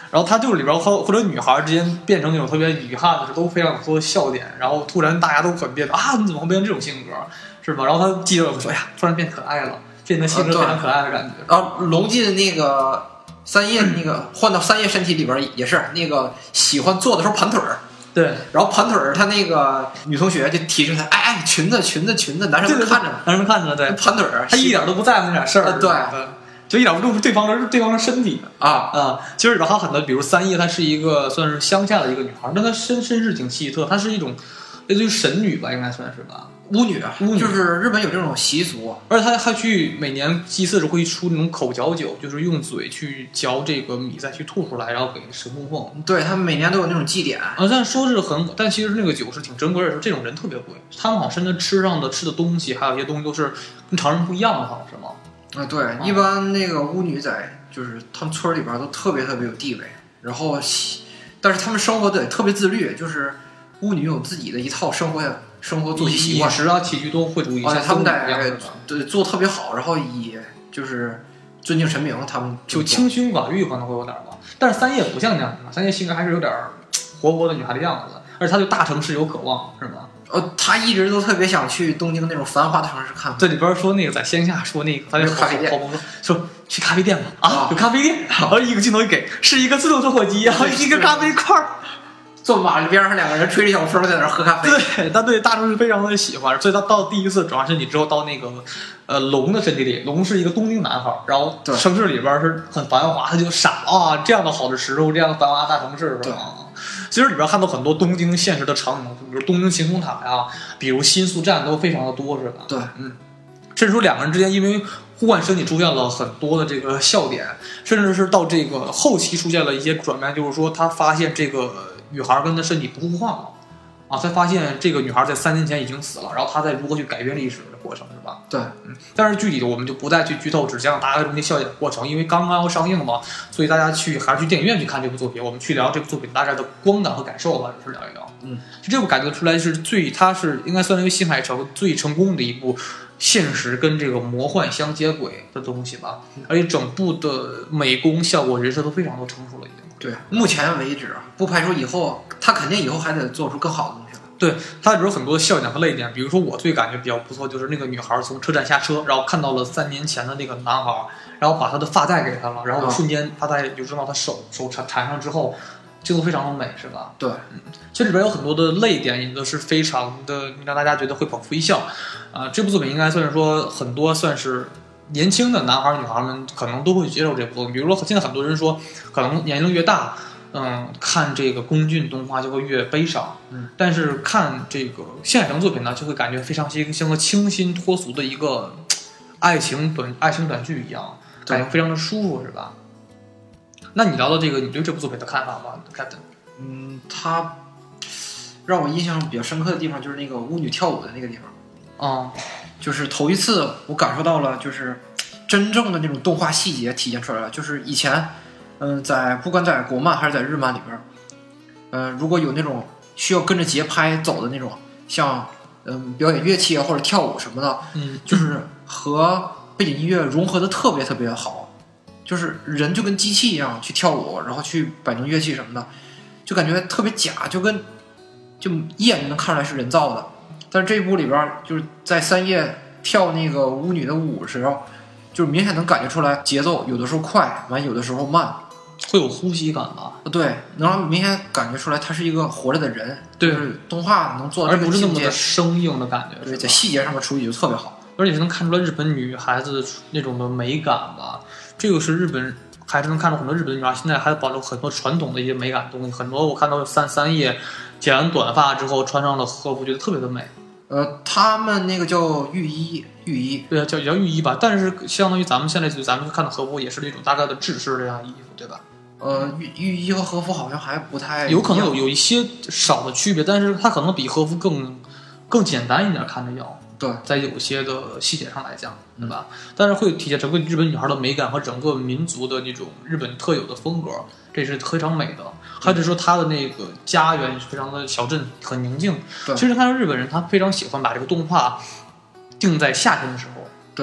S2: 然后他就是里边和或者女孩之间变成那种特别遗憾的事，都非常有多笑点，然后突然大家都很变啊，你怎么会变成这种性格，是吧？然后他记者会说，哎呀，突然变可爱了，变得性格非常可爱的感觉。
S3: 然后龙进那个三叶那个换到三叶身体里边也是那个喜欢坐的时候盘腿儿。
S2: 对，
S3: 然后盘腿儿，他那个女同学就提出来，哎哎，裙子裙子裙子，男生看着，
S2: 男生看着，对，
S3: 盘腿儿，
S2: 他一点都不在乎那点事儿，
S3: 对，
S2: 就一点不重视对方的对方的身体
S3: 啊
S2: 啊。其实里边还有很多，比如三叶，她是一个算是乡下的一个女孩，但她身身世挺奇特，她是一种类似于神女吧，应该算是吧。
S3: 巫女，
S2: 巫女
S3: 就是日本有这种习俗，
S2: 而且她还去每年祭祀时会出那种口嚼酒，就是用嘴去嚼这个米，再去吐出来，然后给神供奉。
S3: 对，他们每年都有那种祭典
S2: 啊，但说是很，但其实那个酒是挺珍贵的，说这种人特别贵，他们好像甚至吃上的吃的东西，还有一些东西都是跟常人不一样的，好像是吗？
S3: 啊，对，啊、一般那个巫女在就是他们村里边都特别特别有地位，然后，但是他们生活的也特别自律，就是巫女有自己的一套生活生活作息习惯，
S2: 饮食啊起居都会注意，
S3: 而且他们得对做特别好，然后以就是尊敬神明，他们
S2: 就清心寡欲可能会有点吧。但是三叶不像那样，三叶性格还是有点活泼的女孩的样子，而且她对大城市有渴望，是吗？
S3: 呃，他一直都特别想去东京那种繁华的城市看看。
S2: 这里边说那个在线下说那个，他就
S3: 咖啡店，
S2: 好朋友说去咖啡店吧，啊，有咖啡店，然后一个镜头一给，是一个自动售货机，然后一个咖啡块儿。
S3: 坐马路边上两个人吹着小风在那儿喝咖啡。
S2: 对，他对大城市非常的喜欢，所以他到第一次转化身体之后，到那个呃龙的身体里，龙是一个东京男孩，然后城市里边是很繁华，他就傻啊，这样的好的食物，这样的繁华大城市是吧？其实里边看到很多东京现实的场景，比如东京晴空塔呀，比如新宿站都非常的多，是吧？
S3: 对，
S2: 嗯，甚至说两个人之间因为互换身体出现了很多的这个笑点，甚至是到这个后期出现了一些转变，就是说他发现这个女孩跟他身体不互换了，啊，才发现这个女孩在三年前已经死了，然后他在如何去改变历史的过程，是吧？
S3: 对，
S2: 嗯，但是具体的我们就不再去剧透，只讲大家这些笑点的过程，因为刚刚要上映嘛，所以大家去还是去电影院去看这部作品，我们去聊这部作品大概的观感和感受吧，就是聊一聊。
S3: 嗯，
S2: 就这部感觉出来是最，它是应该算是一个新海诚最成功的一部现实跟这个魔幻相接轨的东西吧，而且整部的美工效果人设都非常的成熟了已经。
S3: 对，目前为止不排除以后他肯定以后还得做出更好的东西来。
S2: 对，他有很多的笑点和泪点，比如说我最感觉比较不错，就是那个女孩从车站下车，然后看到了三年前的那个男孩，然后把他的发带给他了，然后瞬间发带就扔到他手手缠缠上之后，这个非常的美，是吧？
S3: 对，
S2: 嗯，这里边有很多的泪点，也都是非常的让大家觉得会捧腹一笑。啊、呃，这部作品应该算是说很多算是年轻的男孩女孩们可能都会接受这部作品，比如说现在很多人说，可能年龄越大。嗯，看这个宫俊动画就会越悲伤，
S3: 嗯，
S2: 但是看这个新海诚作品呢，就会感觉非常像个清新脱俗的一个爱情短爱情短剧一样，感觉非常的舒服，是吧？那你聊到这个，你对这部作品的看法吧 ，Captain？
S3: 嗯，他让我印象比较深刻的地方就是那个巫女跳舞的那个地方，
S2: 啊、嗯，
S3: 就是头一次我感受到了，就是真正的那种动画细节体现出来了，就是以前。嗯，在不管在国漫还是在日漫里边，嗯、呃，如果有那种需要跟着节拍走的那种，像嗯表演乐器啊或者跳舞什么的，
S2: 嗯，
S3: 就是和背景音乐融合的特别特别好，就是人就跟机器一样去跳舞，然后去摆弄乐器什么的，就感觉特别假，就跟就一眼就能看出来是人造的。但是这一部里边就是在三叶跳那个巫女的舞的时候，就是明显能感觉出来节奏有的时候快，完有的时候慢。
S2: 会有呼吸感吧？
S3: 对，能让明显感觉出来他是一一个活着的人。
S2: 对，
S3: 就是动画能做到这个
S2: 而不是那么的生硬的感觉。
S3: 对，在细节上面处理就特别好，
S2: 而且是能看出来日本女孩子那种的美感吧。这个是日本还是能看到很多日本女孩现在还保留很多传统的一些美感的东西。很多我看到三三叶剪完短发之后穿上了和服，觉得特别的美。
S3: 呃，他们那个叫浴衣，浴衣，
S2: 对，叫也叫浴衣吧，但是相当于咱们现在就咱们看的和服也是那种大概的制式这样衣服，对吧？
S3: 呃，浴浴衣和和服好像还不太
S2: 有可能有有一些少的区别，但是它可能比和服更更简单一点，看着要
S3: 对，
S2: 在有些的细节上来讲，对吧？但是会体现整个日本女孩的美感和整个民族的那种日本特有的风格，这是非常美的。还是说她的那个家园是非常的小镇，很宁静。
S3: 对，
S2: 其实看到日本人，他非常喜欢把这个动画定在夏天的时候。
S3: 对。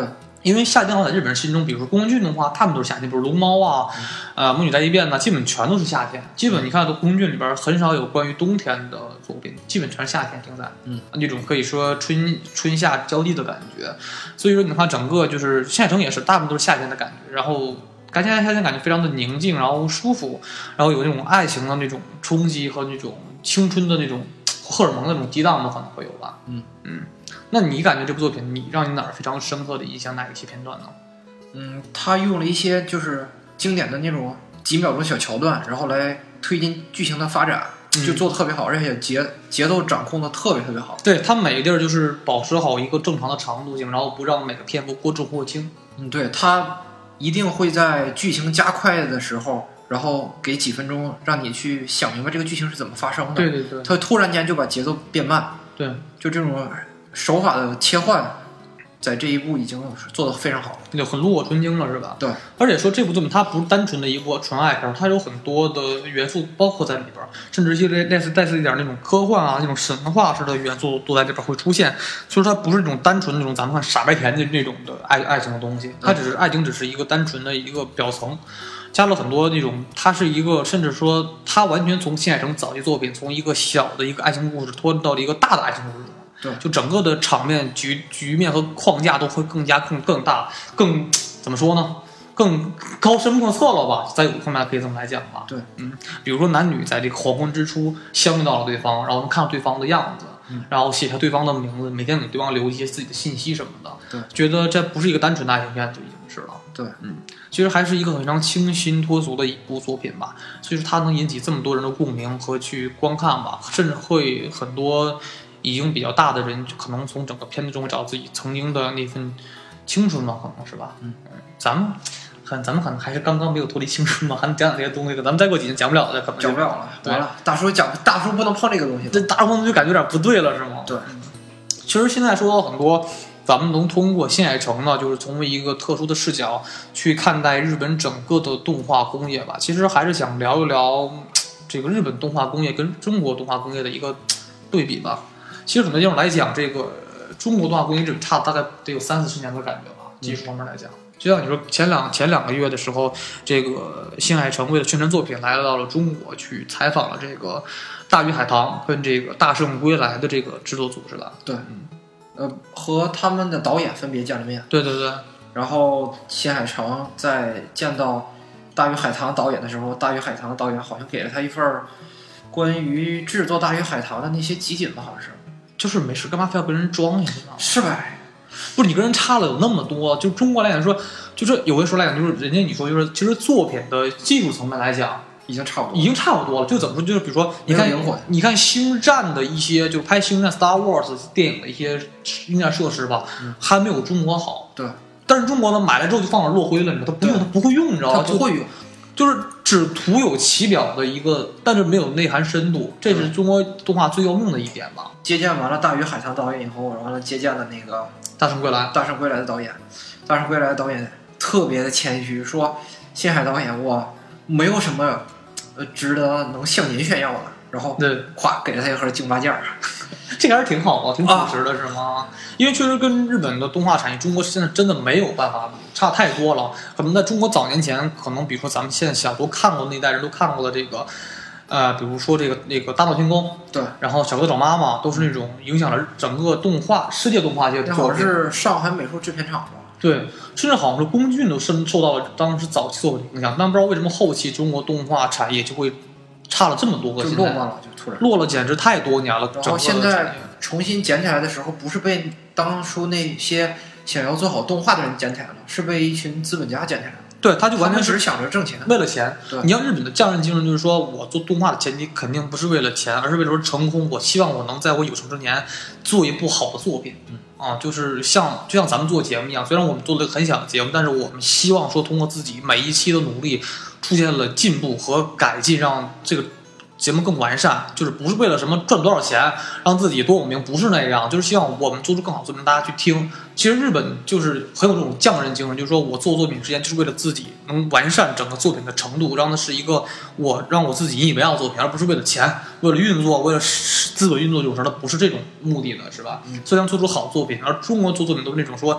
S2: 因为夏天的话，在日本人心中，比如说宫崎骏动画，他们都是夏天，比如龙猫啊，呃，魔女宅急便呐，基本全都是夏天。基本你看，宫崎骏里边很少有关于冬天的作品，基本全是夏天停在，
S3: 嗯，
S2: 那种可以说春春夏交替的感觉。所以说，你看整个就是县城也是，大部分都是夏天的感觉，然后感觉夏天感觉非常的宁静，然后舒服，然后有那种爱情的那种冲击和那种青春的那种荷尔蒙的那种激荡的可能会有吧。
S3: 嗯
S2: 嗯。那你感觉这部作品，你让你哪儿非常深刻的印象哪一些片段呢？
S3: 嗯，他用了一些就是经典的那种几秒钟小桥段，然后来推进剧情的发展，就做的特别好，而且节节奏掌控的特别特别好。
S2: 对，他每个地儿就是保持好一个正常的长度性，然后不让每个篇幅过重或轻。
S3: 嗯，对，他一定会在剧情加快的时候，然后给几分钟让你去想明白这个剧情是怎么发生的。
S2: 对对对，
S3: 他突然间就把节奏变慢。
S2: 对，
S3: 就这种手法的切换，在这一部已经做得非常好，
S2: 就很炉火纯青了，是吧？
S3: 对，
S2: 而且说这部作品它不是单纯的一部纯爱片，它有很多的元素包括在里边，甚至一些类似类似一点那种科幻啊、那种神话式的元素都在这边会出现。所以说它不是那种单纯那种咱们看傻白甜的那种的爱爱情的东西，它只是爱情只是一个单纯的一个表层。加了很多那种，它是一个，甚至说它完全从新海诚早期作品，从一个小的一个爱情故事拖到了一个大的爱情故事中。
S3: 对，
S2: 就整个的场面局局面和框架都会更加更更大，更怎么说呢？更高深莫测了吧？在有方面可以这么来讲吧。
S3: 对，
S2: 嗯，比如说男女在这个黄昏之初相遇到了对方，然后能看到对方的样子，
S3: 嗯、
S2: 然后写下对方的名字，每天给对方留一些自己的信息什么的。
S3: 对，
S2: 觉得这不是一个单纯的爱情片就已经是了。
S3: 对，
S2: 嗯，其实还是一个非常清新脱俗的一部作品吧。所以说它能引起这么多人的共鸣和去观看吧，甚至会很多已经比较大的人可能从整个片子中找自己曾经的那份青春嘛，可能是吧。
S3: 嗯，
S2: 咱们很咱们可能还是刚刚没有脱离青春嘛，还能讲讲这些东西的，咱们再过几年讲不了的，可能
S3: 讲不了了。完了，大叔讲大叔不能碰这个东西，
S2: 这大叔就感觉有点不对了，是吗？
S3: 对，
S2: 嗯，其实现在说到很多。咱们能通过新海诚呢，就是从一个特殊的视角去看待日本整个的动画工业吧。其实还是想聊一聊这个日本动画工业跟中国动画工业的一个对比吧。其实很多地方来讲，这个中国动画工业只差大概得有三四十年的感觉吧，技术方面来讲。就像你说前两前两个月的时候，这个新海诚为了宣传作品来到了中国，去采访了这个大鱼海棠跟这个大圣归来的这个制作组是吧？
S3: 对，
S2: 嗯。
S3: 呃，和他们的导演分别见了面。
S2: 对对对。
S3: 然后新海诚在见到大鱼海棠导演的时候，大鱼海棠导演好像给了他一份关于制作大鱼海棠的那些集锦吧，好像是。
S2: 就是没事，干嘛非要跟人装呀？
S3: 是呗？
S2: 不是你跟人差了有那么多，就中国来讲说，就是有的时候来讲，就是人家你说就是其实作品的技术层面来讲。
S3: 已经差不多，
S2: 已经差不多了。就怎么说，就是比如说，你看，你看《星战》的一些，就是拍《星战》Star Wars 电影的一些硬件设施吧，
S3: 嗯、
S2: 还没有中国好。
S3: 对。
S2: 但是中国呢，买了之后就放那落灰了，你知道，他不用，他不会用，你知道吗？
S3: 他不会用，
S2: 就是只徒有其表的一个，但是没有内涵深度，这是中国动画最要命的一点吧。
S3: 接见完了大鱼海棠导演以后，然后接见了那个《
S2: 大圣归来》。
S3: 大圣归来的导演，大圣归来的导演特别的谦虚，说新海导演，我没有什么。呃，值得能向您炫耀的，然后
S2: 对，
S3: 咵给了他一盒京八件儿，
S2: 这个还是挺好的，挺朴实的，啊、是吗？因为确实跟日本的动画产业，中国现在真的没有办法比，差太多了。可能在中国早年前，可能比如说咱们现在小时候看过那一代人都看过的这个，呃，比如说这个那个大闹天宫，
S3: 对，
S2: 然后小哥找妈妈，都是那种影响了整个动画世界动画界的作品。
S3: 那好像是上海美术制片厂吧？
S2: 对，甚至好像是宫崎骏都受受到了当时早期作品的影响，但不知道为什么后期中国动画产业就会差了这么多个，
S3: 就落寞了，就突然
S2: 落了，简直太多年了。
S3: 然后现在重新捡起来的时候，不是被当初那些想要做好动画的人捡起来了，是被一群资本家捡起来了。
S2: 对，他就完全
S3: 只是想着挣钱，
S2: 为了钱。
S3: 对，
S2: 你要日本的匠人精神，就是说我做动画的前提肯定不是为了钱，而是为了说成功。我希望我能在我有生之年做一部好的作品。
S3: 嗯
S2: 啊，就是像就像咱们做节目一样，虽然我们做了很小的节目，但是我们希望说通过自己每一期的努力，出现了进步和改进，让这个节目更完善。就是不是为了什么赚多少钱，让自己多有名，不是那样，就是希望我们做出更好的作品，大家去听。其实日本就是很有这种匠人精神，就是说我做作品之前就是为了自己能完善整个作品的程度，让它是一个我让我自己引以为傲的作品，而不是为了钱，为了运作，为了资本运作这种事，它不是这种目的的，是吧？
S3: 嗯，
S2: 所以想做出好作品。而中国做作品都是那种说，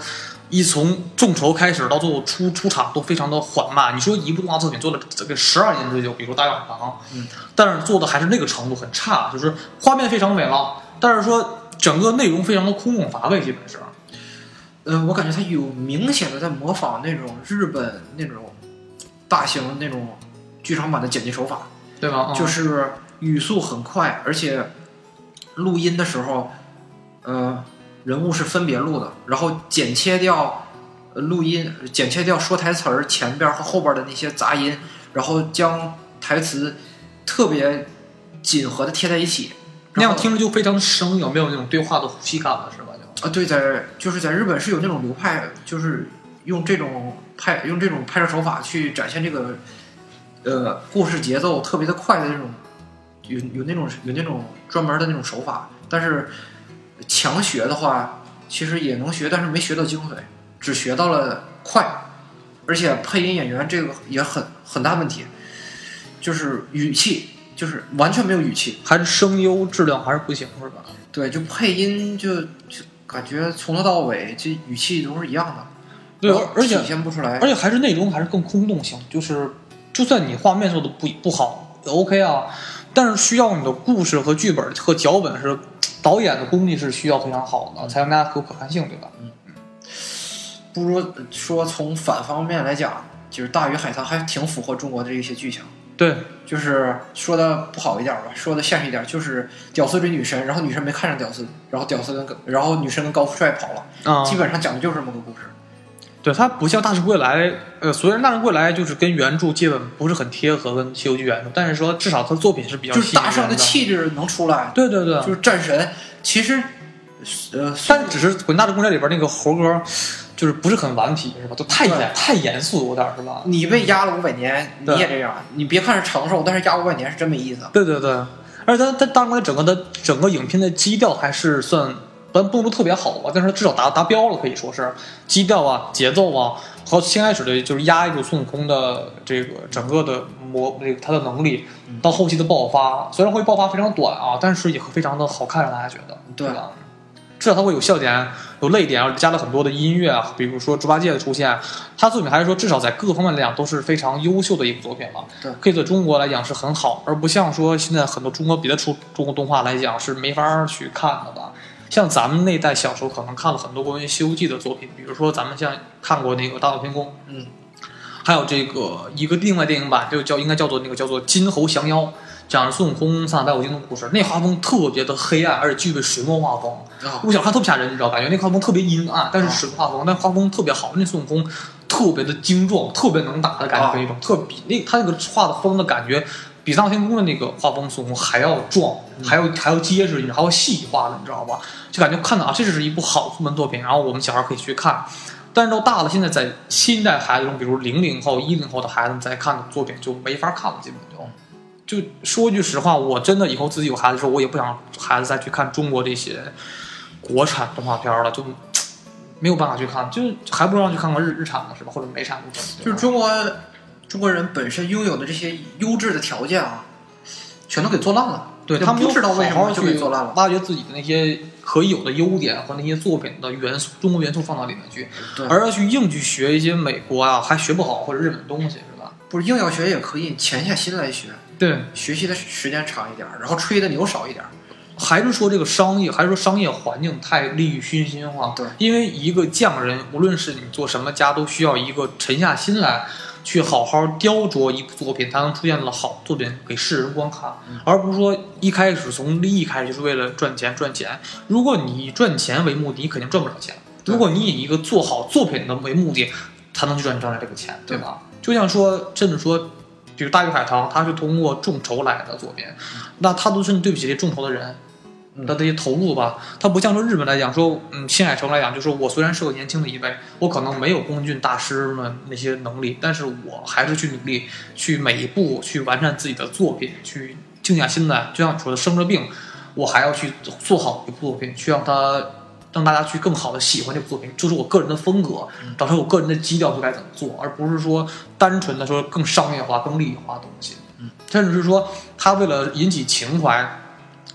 S2: 一从众筹开始到最后出出场都非常的缓慢。你说一部动画作品做了这个十二年之久，比如说《大鱼海棠》，
S3: 嗯，
S2: 但是做的还是那个程度很差，就是画面非常美了，但是说整个内容非常的空洞乏味，基本是。
S3: 嗯、呃，我感觉它有明显的在模仿那种日本那种大型那种剧场版的剪辑手法，
S2: 对吧？嗯、
S3: 就是语速很快，而且录音的时候，呃。人物是分别录的，然后剪切掉录音，剪切掉说台词儿前边和后边的那些杂音，然后将台词特别紧合的贴在一起，
S2: 那样听着就非常生，有没有那种对话的呼吸感了，是吧？就
S3: 啊，对，在就是在日本是有那种流派，就是用这种拍用这种拍摄手法去展现这个呃故事节奏特别的快的那种，有有那种有那种专门的那种手法，但是。强学的话，其实也能学，但是没学到精髓，只学到了快，而且配音演员这个也很很大问题，就是语气，就是完全没有语气，
S2: 还是声优质量还是不行，是吧？
S3: 对，就配音就就感觉从头到尾这语气都是一样的，
S2: 对，而且
S3: 体现不出来，
S2: 而且还是内容还是更空洞性，就是就算你画面做的不不好也 OK 啊，但是需要你的故事和剧本和脚本是。导演的功力是需要非常好的，才让大家有可看性，对吧？
S3: 嗯，不如说从反方面来讲，就是《大鱼海棠》还挺符合中国的这些剧情。
S2: 对，
S3: 就是说的不好一点吧，说的现实一点，就是屌丝追女神，然后女神没看上屌丝，然后屌丝跟然后女神跟高富帅跑了，
S2: 啊、
S3: 基本上讲的就是这么个故事。
S2: 对，它不像《大圣归来》，呃，虽然《大圣归来》就是跟原著基本不是很贴合，跟《西游记》原著，但是说至少它作品是比较
S3: 就是大圣
S2: 的
S3: 气质能出来。
S2: 对对对，
S3: 就是战神，其实，呃，
S2: 但只是《滚大圣归来》里边那个猴哥，就是不是很顽皮，是吧？都太严太严肃，有点是吧？
S3: 你被压了五百年，你也这样。你别看是长寿，但是压五百年是真没意思。
S2: 对对对，而且它它当然整个的整个影片的基调还是算。咱不能说特别好吧，但是至少达达标了，可以说是基调啊、节奏啊，和先开始的就是压抑住孙悟空的这个整个的魔，这个他的能力，到后期的爆发，虽然会爆发非常短啊，但是也会非常的好看，让大家觉得，对吧？至少它会有笑点、有泪点，然后加了很多的音乐啊，比如说猪八戒的出现，他作品还是说至少在各个方面来讲都是非常优秀的一部作品了。
S3: 对，
S2: 可以在中国来讲是很好，而不像说现在很多中国别的出中国动画来讲是没法去看的吧。像咱们那代小时候可能看了很多关于《西游记》的作品，比如说咱们像看过那个《大闹天宫》，
S3: 嗯，
S2: 还有这个一个另外电影版，就叫应该叫做那个叫做《金猴降妖》，讲孙悟空上海白骨精的故事。那画风特别的黑暗，而且具备水墨画风。
S3: 哦、
S2: 我想看特别吓人，你知道，感觉那画风特别阴暗，但是水墨画风，哦、但画风特别好。那孙悟空特别的精壮，特别能打的感觉，一种、哦、特比那他那个画的风的感觉。比《大闹天宫》的那个画风孙悟空还要壮，还要还要结实，还要细化的，你知道吧？就感觉看到啊，这是一部好入门作品，然后我们小孩可以去看。但是到大了，现在在新一代孩子中，比如零零后、一零后的孩子在看的作品就没法看了，基本就就说句实话，我真的以后自己有孩子的时候，我也不想孩子再去看中国这些国产动画片了，就没有办法去看，就还不如让去看看日日产的是吧？或者美产的，
S3: 就是中国。中国人本身拥有的这些优质的条件啊，全都给做烂了。
S2: 对，他们
S3: 不知道为什么就给做烂了，
S2: 挖掘自己的那些可以有的优点和那些作品的元素，中国元素放到里面去，而要去硬去学一些美国啊，还学不好或者日本的东西，是吧？
S3: 不是硬要学也可以，潜下心来学。
S2: 对，
S3: 学习的时间长一点，然后吹的牛少一点。
S2: 还是说这个商业，还是说商业环境太利于熏心化？
S3: 对，
S2: 因为一个匠人，无论是你做什么家，都需要一个沉下心来。去好好雕琢一部作品，才能出现了好作品给世人观看，
S3: 嗯、
S2: 而不是说一开始从利益开始就是为了赚钱赚钱。如果你以赚钱为目的，你肯定赚不了钱。如果你以一个做好作品的为目的，才能去赚赚来这个钱，对吧？就像说，甚至说，比如《大鱼海棠》，它是通过众筹来的作品，
S3: 嗯、
S2: 那他都是对不起这众筹的人。的这些投入吧，它不像说日本来讲，说嗯，新海诚来讲，就是我虽然是个年轻的一辈，我可能没有宫俊大师们那些能力，但是我还是去努力，去每一步去完善自己的作品，去静下心来。就像你说的，生着病，我还要去做好一部作品，去让它让大家去更好的喜欢这部作品，就是我个人的风格，找出我个人的基调，就该怎么做，而不是说单纯的说更商业化、更利益化的东西。嗯，甚至是说他为了引起情怀。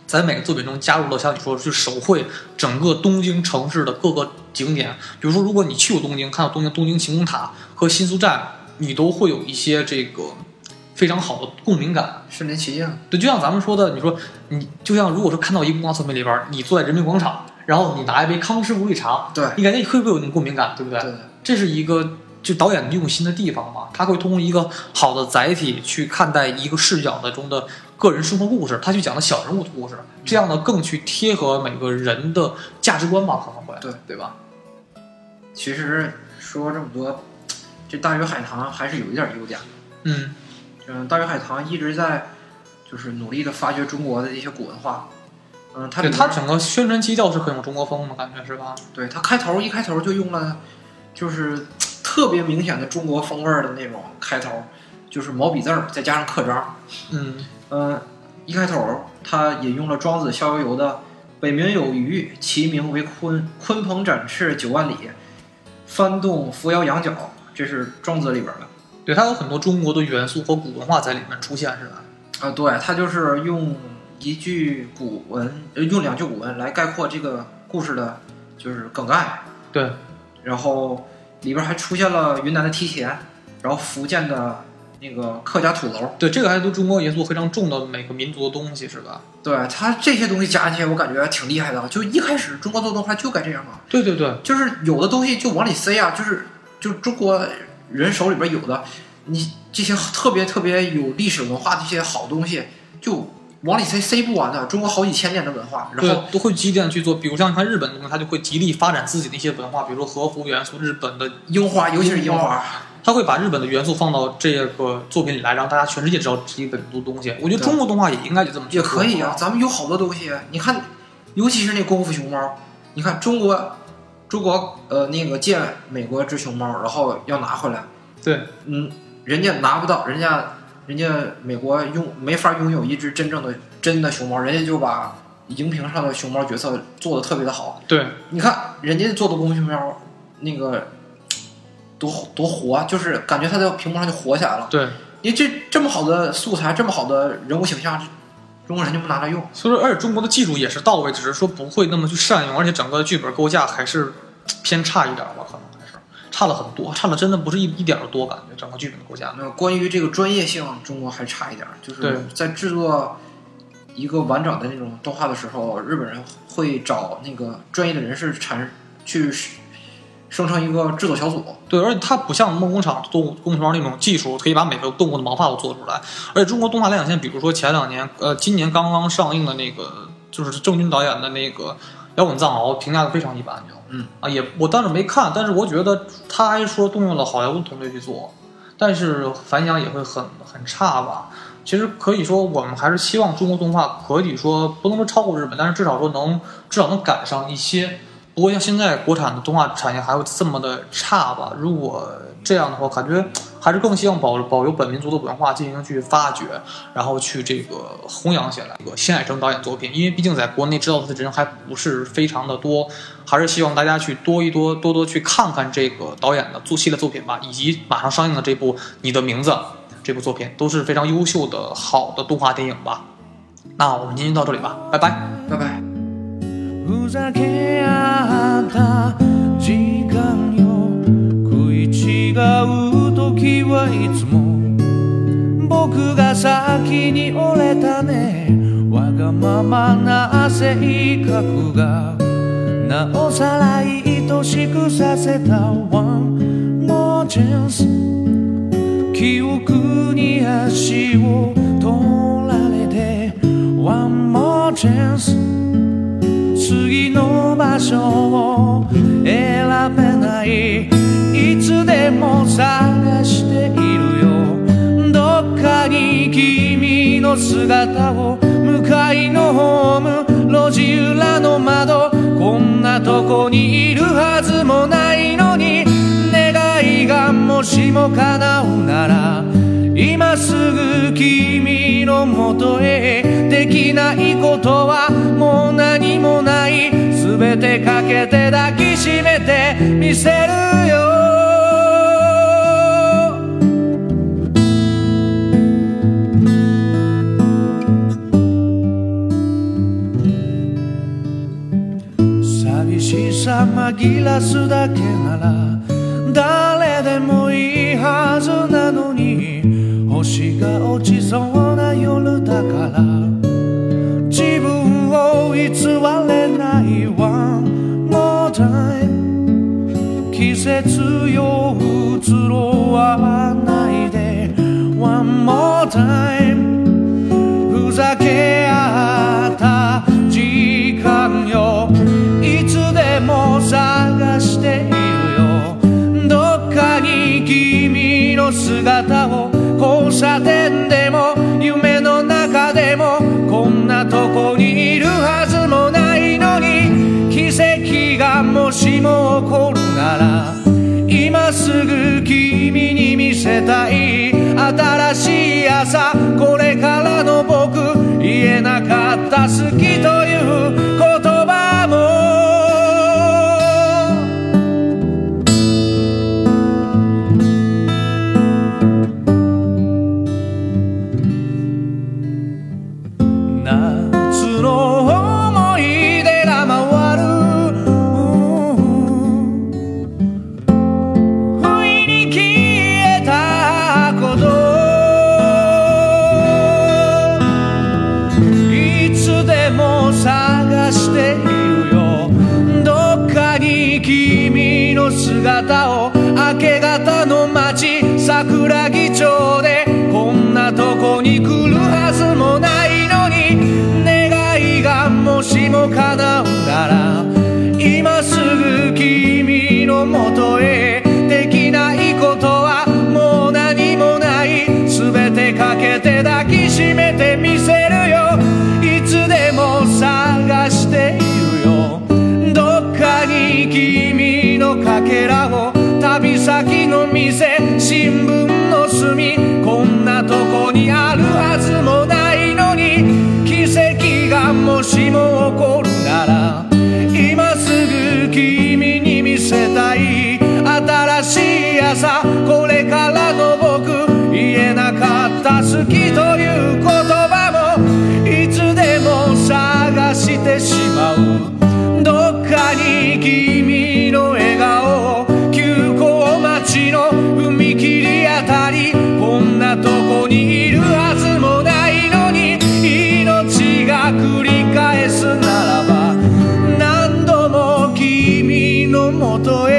S2: 在每个作品中加入了像你说去手绘整个东京城市的各个景点，比如说如果你去过东京，看到东京东京晴空塔和新宿站，你都会有一些这个非常好的共鸣感，
S3: 身临其境。
S2: 对，就像咱们说的，你说你就像如果说看到一个动画作品里边，你坐在人民广场，然后你拿一杯康师傅绿茶，
S3: 对，
S2: 你感觉会不会有那种共鸣感，对不对？
S3: 对，
S2: 这是一个就导演用心的地方嘛，他会通过一个好的载体去看待一个视角的中的个人生活故事，他去讲的小人物的故事，这样呢更去贴合每个人的价值观吧，可能会
S3: 对
S2: 对吧？
S3: 其实说这么多，这大鱼海棠还是有一点优点的。
S2: 嗯
S3: 嗯，大鱼海棠一直在就是努力的发掘中国的一些古文化。嗯，它
S2: 对它整个宣传基调是很有中国风的感觉，是吧？
S3: 对，它开头一开头就用了，就是特别明显的中国风味的那种开头，就是毛笔字儿再加上刻章。
S2: 嗯
S3: 嗯，一开头它引用了庄子《逍遥游》的“北冥有鱼，其名为鲲，鲲鹏展翅九万里，翻动扶摇羊角”，这是庄子里边的。
S2: 对，它有很多中国的元素和古文化在里面出现，是吧？
S3: 啊，对，它就是用一句古文，呃，用两句古文来概括这个故事的，就是梗概。
S2: 对，
S3: 然后里边还出现了云南的梯田，然后福建的那个客家土楼。
S2: 对，这个还都中国元素非常重的每个民族的东西，是吧？
S3: 对，它这些东西加进去，我感觉挺厉害的。就一开始中国做动画就该这样啊。
S2: 对对对，
S3: 就是有的东西就往里塞啊，就是就中国人手里边有的，你这些特别特别有历史文化的一些好东西，就往里塞塞不完的。中国好几千年的文化，然后
S2: 都会积淀去做。比如像你看日本的东西，它就会极力发展自己的一些文化，比如说和服元素，日本的
S3: 樱花，尤其是樱花，
S2: 他会把日本的元素放到这个作品里来，让大家全世界知道日本的东西。我觉得中国动画也应该就这么
S3: 也可以啊。咱们有好多东西，你看，尤其是那功夫熊猫，你看中国，中国呃那个借美国只熊猫，然后要拿回来，
S2: 对，
S3: 嗯，人家拿不到，人家人家美国拥没法拥有一只真正的真的熊猫，人家就把荧屏上的熊猫角色做的特别的好。
S2: 对，
S3: 你看人家做的功夫熊猫，那个多多活，就是感觉它在屏幕上就活起来了。
S2: 对，
S3: 你这这么好的素材，这么好的人物形象，中国人就不拿来用。
S2: 所以说，而且中国的技术也是到位，只是说不会那么去善用，而且整个剧本构架还是偏差一点吧，可能还是差了很多，差了真的不是一一点儿多，感觉整个剧本构架。
S3: 那关于这个专业性，中国还差一点，就是在制作一个完整的那种动画的时候，日本人会找那个专业的人士产去生成一个制作小组。
S2: 对，而且它不像梦工厂动物工程那种技术，可以把每个动物的毛发都做出来。而且中国动画来讲，现在比如说前两年，呃，今年刚刚上映的那个，就是郑钧导演的那个《摇滚藏獒》，评价的非常一般，就
S3: 嗯
S2: 啊，也我当时没看，但是我觉得他还说动用了好莱坞团队去做，但是反响也会很很差吧。其实可以说，我们还是希望中国动画可以说不能说超过日本，但是至少说能至少能赶上一些。不过像现在国产的动画产业还会这么的差吧？如果这样的话，感觉还是更希望保保留本民族的文化进行去发掘，然后去这个弘扬起来。这个新海诚导演作品，因为毕竟在国内知道他的人还不是非常的多，还是希望大家去多一多多多去看看这个导演的做系列作品吧，以及马上上映的这部《你的名字》这部作品都是非常优秀的好的动画電影吧。那我们今天到这里吧，拜拜，
S3: 拜拜。
S1: ふざけ合った時間よ食い違う時はいつも僕が先に折れたねわがままな性格がなおさら愛しくさせた One more chance 記憶に足を取られて One more chance次の場所を選べないいつでも探しているよどっかに君の姿を向かいのホーム路地裏の窓こんなとこにいるはずもないのに願いがもしも叶うなら今すぐ君のもとへできないことはもう何もない全てかけて抱きしめてみせるよ寂しさ紛らすだけなら誰でもいいはずなのに星が落ちそうな夜だから自分を偽れない One more time 季節よ移ろわないで One more time ふざけ合った時間よいつでも探しているよどっかに君の姿を交差点でも夢の中でもこんなとこにいるはずもないのに奇跡がもしも起こるなら今すぐ君に見せたい新しい朝これからの僕言えなかった好きという言葉も夏の思い出が回る不意に消えたこといつでも探しているよどっかに君の姿を明け方の街桜木町でこんなとこに来るはずもないのに願いがもしも叶うなら今すぐ君のもとへできないことはもう何もない全てかけて抱きしめてみせるよいつでも探しているよどっかに君のかけらを旅先の店新聞の隅こんなとこにあるはずもないのに奇跡がもしも起こるなら今すぐ君に見せたい新しい朝これからの僕言えなかった好きという言葉もいつでも探してしまうどっかに君の笑顔急行待ちの踏切あたりこんなとこにいるはずもないのに命が繰り返すならば何度も君のもとへ